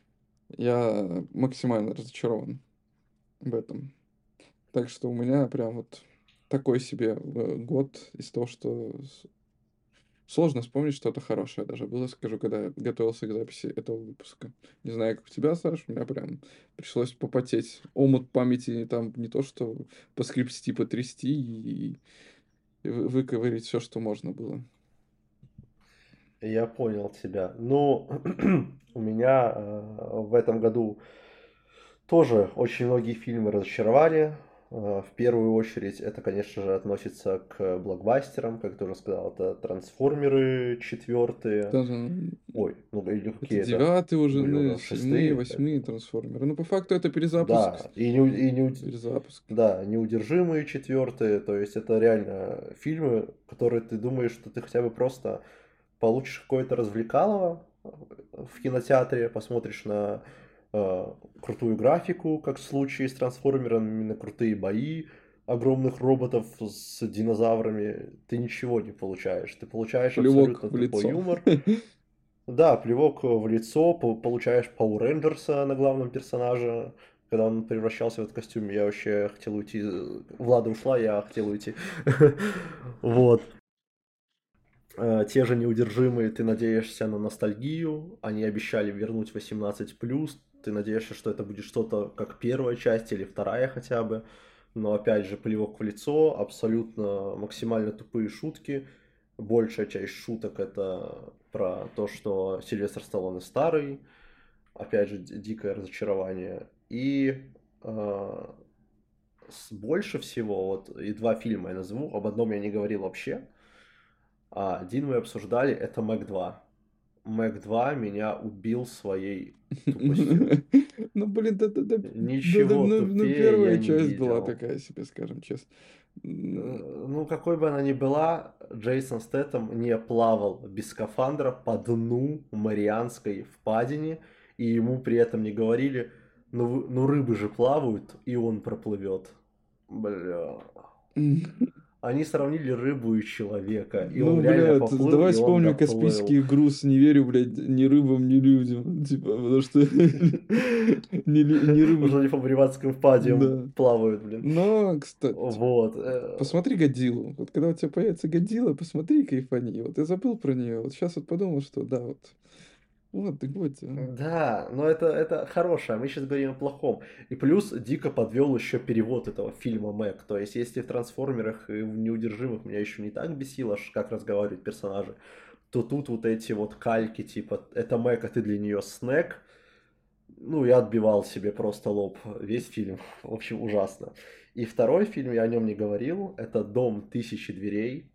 S2: Я максимально разочарован в этом. Так что у меня прям вот такой себе э, год из того, что с- Сложно вспомнить что-то хорошее даже было, скажу, когда я готовился к записи этого выпуска. Не знаю, как у тебя, Саш, у меня прям пришлось попотеть. Омут памяти там не то, что по скрипсти потрясти и и вы выковырять все, что можно было.
S1: Я понял тебя. Ну, у меня э, в этом году тоже очень многие фильмы разочаровали. Э, В первую очередь это, конечно же, относится к блокбастерам, как ты уже сказал, это «Трансформеры» четвертые.
S2: Даже
S1: Ой, ну или
S2: это
S1: какие это
S2: девятые уже,
S1: были
S2: ну,
S1: уже,
S2: седьмые,
S1: шестые? Э,
S2: восьмые трансформеры. Ну, по факту это перезапуск.
S1: Да, и, не, и не,
S2: Перезапуск.
S1: да, «Неудержимые» четвертые, то есть это реально фильмы, которые ты думаешь, что ты хотя бы просто получишь какое-то развлекалово в кинотеатре, посмотришь на э, крутую графику, как в случае с трансформерами, на крутые бои огромных роботов с динозаврами, ты ничего не получаешь. Ты получаешь
S2: Плевок
S1: абсолютно
S2: в
S1: тупой
S2: лицо.
S1: юмор. Да, плевок в лицо, по- получаешь Пауэр Рейнджерса на главном персонаже, когда он превращался в этот костюм, я вообще хотел уйти. Влада ушла, я хотел уйти. Вот. Э, Те же неудержимые, ты надеешься на ностальгию, они обещали вернуть восемнадцать плюс, ты надеешься, что это будет что-то как первая часть или вторая хотя бы, но опять же плевок в лицо, абсолютно максимально тупые шутки, большая часть шуток это про то, что Сильвестр Сталлоне старый, опять же ди- дикое разочарование, и э, с- больше всего, вот и два фильма я назову, об одном я не говорил вообще, а один мы обсуждали, это Мэг два. Мэг два меня убил своей тупостью.
S2: Ну, блин, да, да, да, да, да,
S1: Ничего
S2: ну, ну,
S1: тупее я
S2: первая
S1: не
S2: часть была
S1: видел.
S2: такая себе, скажем честно. М,
S1: Э, Ну, какой бы она ни была, Джейсон Стэттем не плавал без скафандра по дну Марианской впадине, и ему при этом не говорили, ну, вы- ну рыбы же плавают, и он проплывет. Бля. Они сравнили рыбу и человека, и он
S2: Ну,
S1: реально
S2: блядь,
S1: поплыл,
S2: давай
S1: и он
S2: вспомним
S1: доплыл.
S2: Каспийский груз. Не верю, блядь, ни рыбам, ни людям. Типа, потому что ни, лю- ни
S1: Уже
S2: рыбы...
S1: они по Марианским впадиям
S2: Да.
S1: плавают, блин.
S2: Но, кстати,
S1: Вот. э,
S2: посмотри Годзиллу. Вот когда у тебя появится Годзилла, посмотри кайфани. Вот я забыл про нее. Вот сейчас вот подумал, что да, вот. Вот, ты Годзилла.
S1: Да, но это, это хорошее, мы сейчас говорим о плохом. И плюс дико подвел еще перевод этого фильма Мэг. То есть, если в «Трансформерах» и в «Неудержимых» меня еще не так бесило, ш- как разговаривают персонажи, то тут вот эти вот кальки, типа, это Мэг, а ты для нее снэк. Ну, я отбивал себе просто лоб весь фильм. В общем, ужасно. И второй фильм, я о нем не говорил, это «Дом тысячи дверей».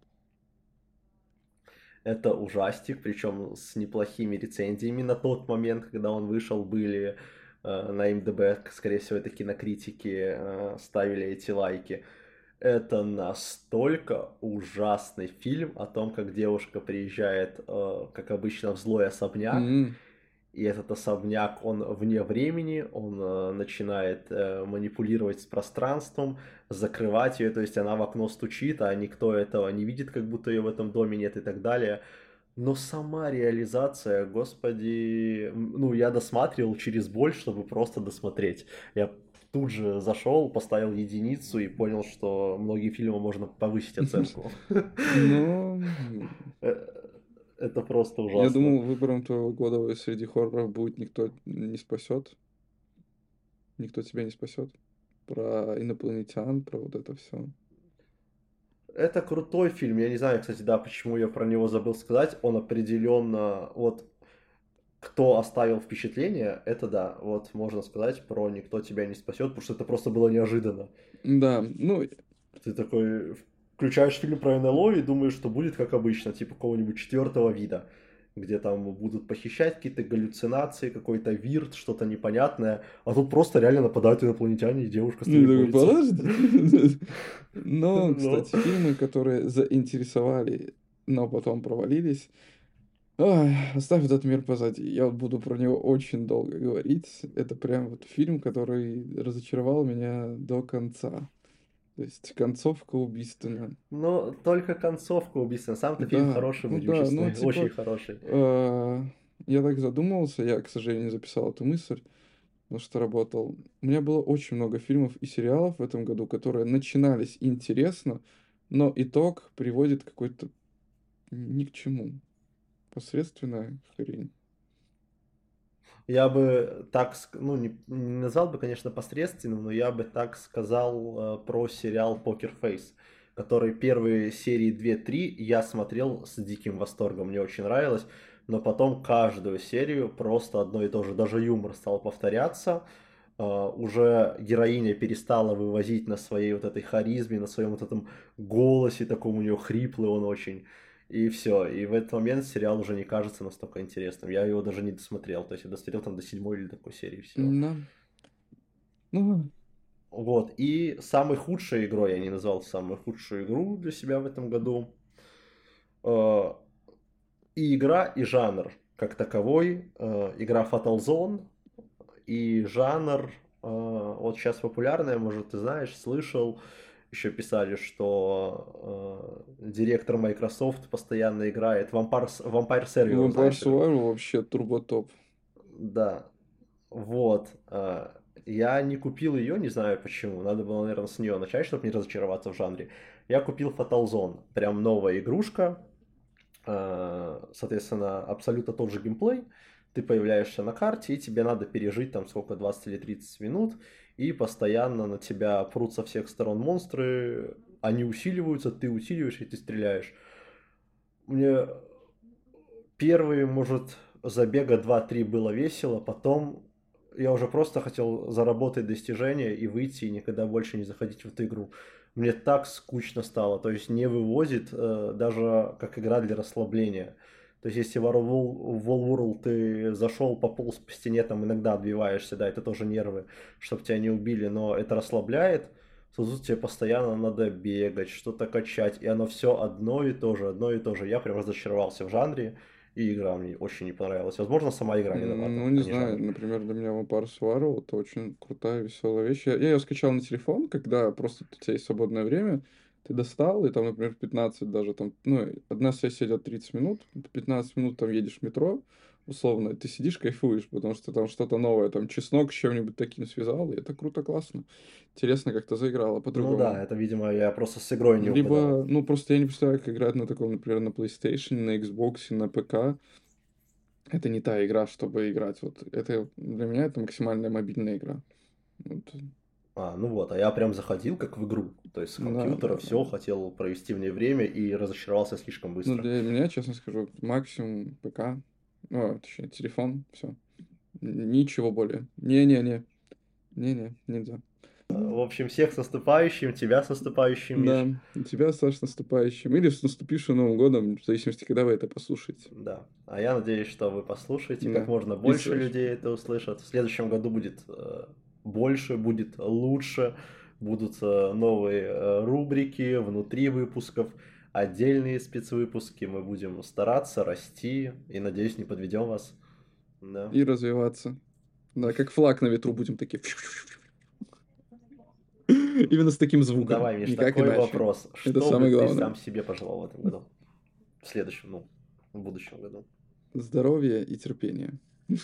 S1: Это ужастик, причем с неплохими рецензиями на тот момент, когда он вышел, были э, на МДБ, скорее всего, это кинокритики э, ставили эти лайки. Это настолько ужасный фильм о том, как девушка приезжает, э, как обычно, в злой особняк,
S2: М.
S1: и этот особняк, он вне времени, он э, начинает э, манипулировать с пространством, закрывать ее, то есть она в окно стучит, а никто этого не видит, как будто ее в этом доме нет и так далее. Но сама реализация, господи, м, ну я досматривал через боль, чтобы просто досмотреть. Я тут же зашел, поставил единицу и понял, что многие фильмы можно повысить оценку.
S2: Но
S1: Э, Это просто
S2: я
S1: ужасно.
S2: думал, выбором твоего года среди хорроров будет «Никто не спасет». «Никто тебя не спасет». Про инопланетян, про вот это все.
S1: Это крутой фильм. Я не знаю, кстати, да, почему я про него забыл сказать. Он определенно, вот, кто оставил впечатление, это да, вот можно сказать про «Никто тебя не спасет», потому что это просто было неожиданно.
S2: Да, ну,
S1: Ты такой включаешь фильм про эн эл о и думаешь, что будет как обычно, типа какого-нибудь четвертого вида, где там будут похищать какие-то галлюцинации, какой-то вирт, что-то непонятное, а тут просто реально нападают инопланетяне, и девушка с
S2: ну,
S1: ними
S2: такой,
S1: борется.
S2: подожди. Но,
S1: Ну,
S2: кстати, фильмы, которые заинтересовали, но потом провалились, ой, оставь этот мир позади. Я вот буду про него очень долго говорить. Это прям вот фильм, который разочаровал меня до конца. То есть концовка убийственная.
S1: но только концовка убийственная. Сам-то фильм
S2: Да,
S1: хороший,
S2: ну
S1: будем
S2: да, ну
S1: честны, очень
S2: типа,
S1: хороший.
S2: э, я так задумывался, я, к сожалению, не записал эту мысль, потому что работал. У меня было очень много фильмов и сериалов в этом году, которые начинались интересно, но итог приводит к какой-то Ни к чему. Посредственная хрень.
S1: Я бы так, ск- ну, не, не назвал бы, конечно, посредственным, но я бы так сказал э, про сериал Покер Фейс, который первые серии две-три я смотрел с диким восторгом, мне очень нравилось, но потом каждую серию просто одно и то же, даже юмор стал повторяться, э, уже героиня перестала вывозить на своей вот этой харизме, на своем вот этом голосе, таком у нее хриплый он очень. И все. И в этот момент сериал уже не кажется настолько интересным. Я его даже не досмотрел. То есть я досмотрел там до седьмой или такой серии всего.
S2: Да. Ну,
S1: Вот. И самой худшей игрой я не назвал самую худшую игру для себя в этом году. Э, И игра, и жанр как таковой. Э, Игра Fatal Zone. И жанр, э, вот сейчас популярная, может, ты знаешь, слышал, еще писали, что э, директор Microsoft постоянно играет Vampire, Vampire Survivor,
S2: Vampire
S1: знаешь игру?
S2: Survivor вообще турбо-топ.
S1: Да, вот. э, Я не купил ее, не знаю почему. Надо было, наверное, с нее начать, чтобы не разочароваться в жанре. Я купил Fatal Zone. Прям новая игрушка. Э, Соответственно, абсолютно тот же геймплей. Ты появляешься на карте, и тебе надо пережить там сколько, двадцать или тридцать минут. И постоянно на тебя прут со всех сторон монстры. Они усиливаются, ты усиливаешь, и ты стреляешь. Мне первые, может, забега два-три было весело, потом я уже просто хотел заработать достижения и выйти, и никогда больше не заходить в эту игру. Мне так скучно стало, то есть не вывозит э, даже как игра для расслабления. То есть если в Wall World ты зашел, пополз по стене, там иногда отбиваешься, да, это тоже нервы, чтобы тебя не убили, но это расслабляет, то тут тебе постоянно надо бегать, что-то качать, и оно все одно и то же, одно и то же. Я прям разочаровался в жанре, и игра мне очень не понравилась. Возможно, сама игра виновата,
S2: Ну, не
S1: а не
S2: знаю,
S1: жанр.
S2: например, для меня Vampire Survivor это очень крутая, веселая вещь. Я, я ее скачал на телефон, когда просто у тебя есть свободное время, ты достал, и там, например, пятнадцать даже там, ну, одна сессия идет тридцать минут, пятнадцать минут там едешь в метро, условно, ты сидишь, кайфуешь, потому что там что-то новое, там чеснок с чем-нибудь таким связал, и это круто, классно. Интересно, как-то заиграла
S1: Ну да,
S2: по-другому.
S1: это, видимо, я просто с игрой не угадал.
S2: Либо, ну, просто я не представляю, как играть на таком, например, на PlayStation, на Xbox, на ПК. Это не та игра, чтобы играть. Вот это для меня это максимальная мобильная игра. Вот.
S1: А, ну вот, а я прям заходил как в игру. То есть с
S2: Да,
S1: компьютера
S2: да, да.
S1: все, хотел провести в ней время и разочаровался слишком
S2: Ну,
S1: быстро.
S2: для меня, честно скажу, максимум ПК, ну, точнее, телефон, все. Ничего более. Не-не-не. Не-не, нельзя.
S1: В общем, всех с наступающим, тебя с наступающим,
S2: Да,
S1: Миш.
S2: у тебя, Саш, с наступающим. Или с наступившим Новым годом, в зависимости, когда вы это послушаете.
S1: Да. А я надеюсь, что вы послушаете, как
S2: Да.
S1: можно
S2: И
S1: больше
S2: Саш.
S1: людей это услышат. В следующем году будет э, больше, будет лучше, будут э, новые э, рубрики внутри выпусков, отдельные спецвыпуски. Мы будем стараться расти и, надеюсь, не подведем вас. Да.
S2: И развиваться. Да, как флаг на ветру будем такие. Именно с таким звуком.
S1: Давай, Миш,
S2: Никак
S1: такой
S2: иначе.
S1: вопрос.
S2: Это
S1: Что бы
S2: самое
S1: ты
S2: главное.
S1: сам себе пожелал в этом году? В следующем, ну, в будущем году.
S2: Здоровье и терпение.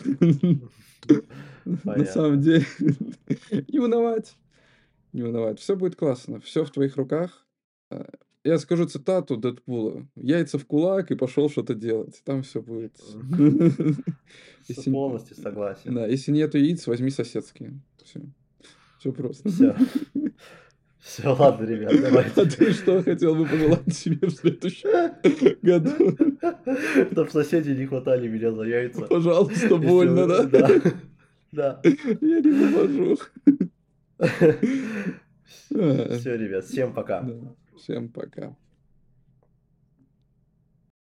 S2: На
S1: Понятно.
S2: самом деле, не унывать. Не унывать. Все будет классно. Все в твоих руках. А, Я скажу цитату Дэдпула. Яйца в кулак и пошел что-то делать. Там все будет.
S1: С-
S2: Если-
S1: Полностью согласен.
S2: Да, если нету яиц, возьми соседские. Все. Все просто.
S1: Все. Все, ладно, ребят,
S2: А
S1: давайте.
S2: ты что хотел бы пожелать себе в следующем году?
S1: Чтоб соседи не хватали меня за яйца.
S2: Пожалуйста,
S1: Если
S2: больно,
S1: вы-
S2: да?
S1: Да. Да.
S2: Я не вывожу.
S1: Все, ребят, всем пока.
S2: Да. Всем пока.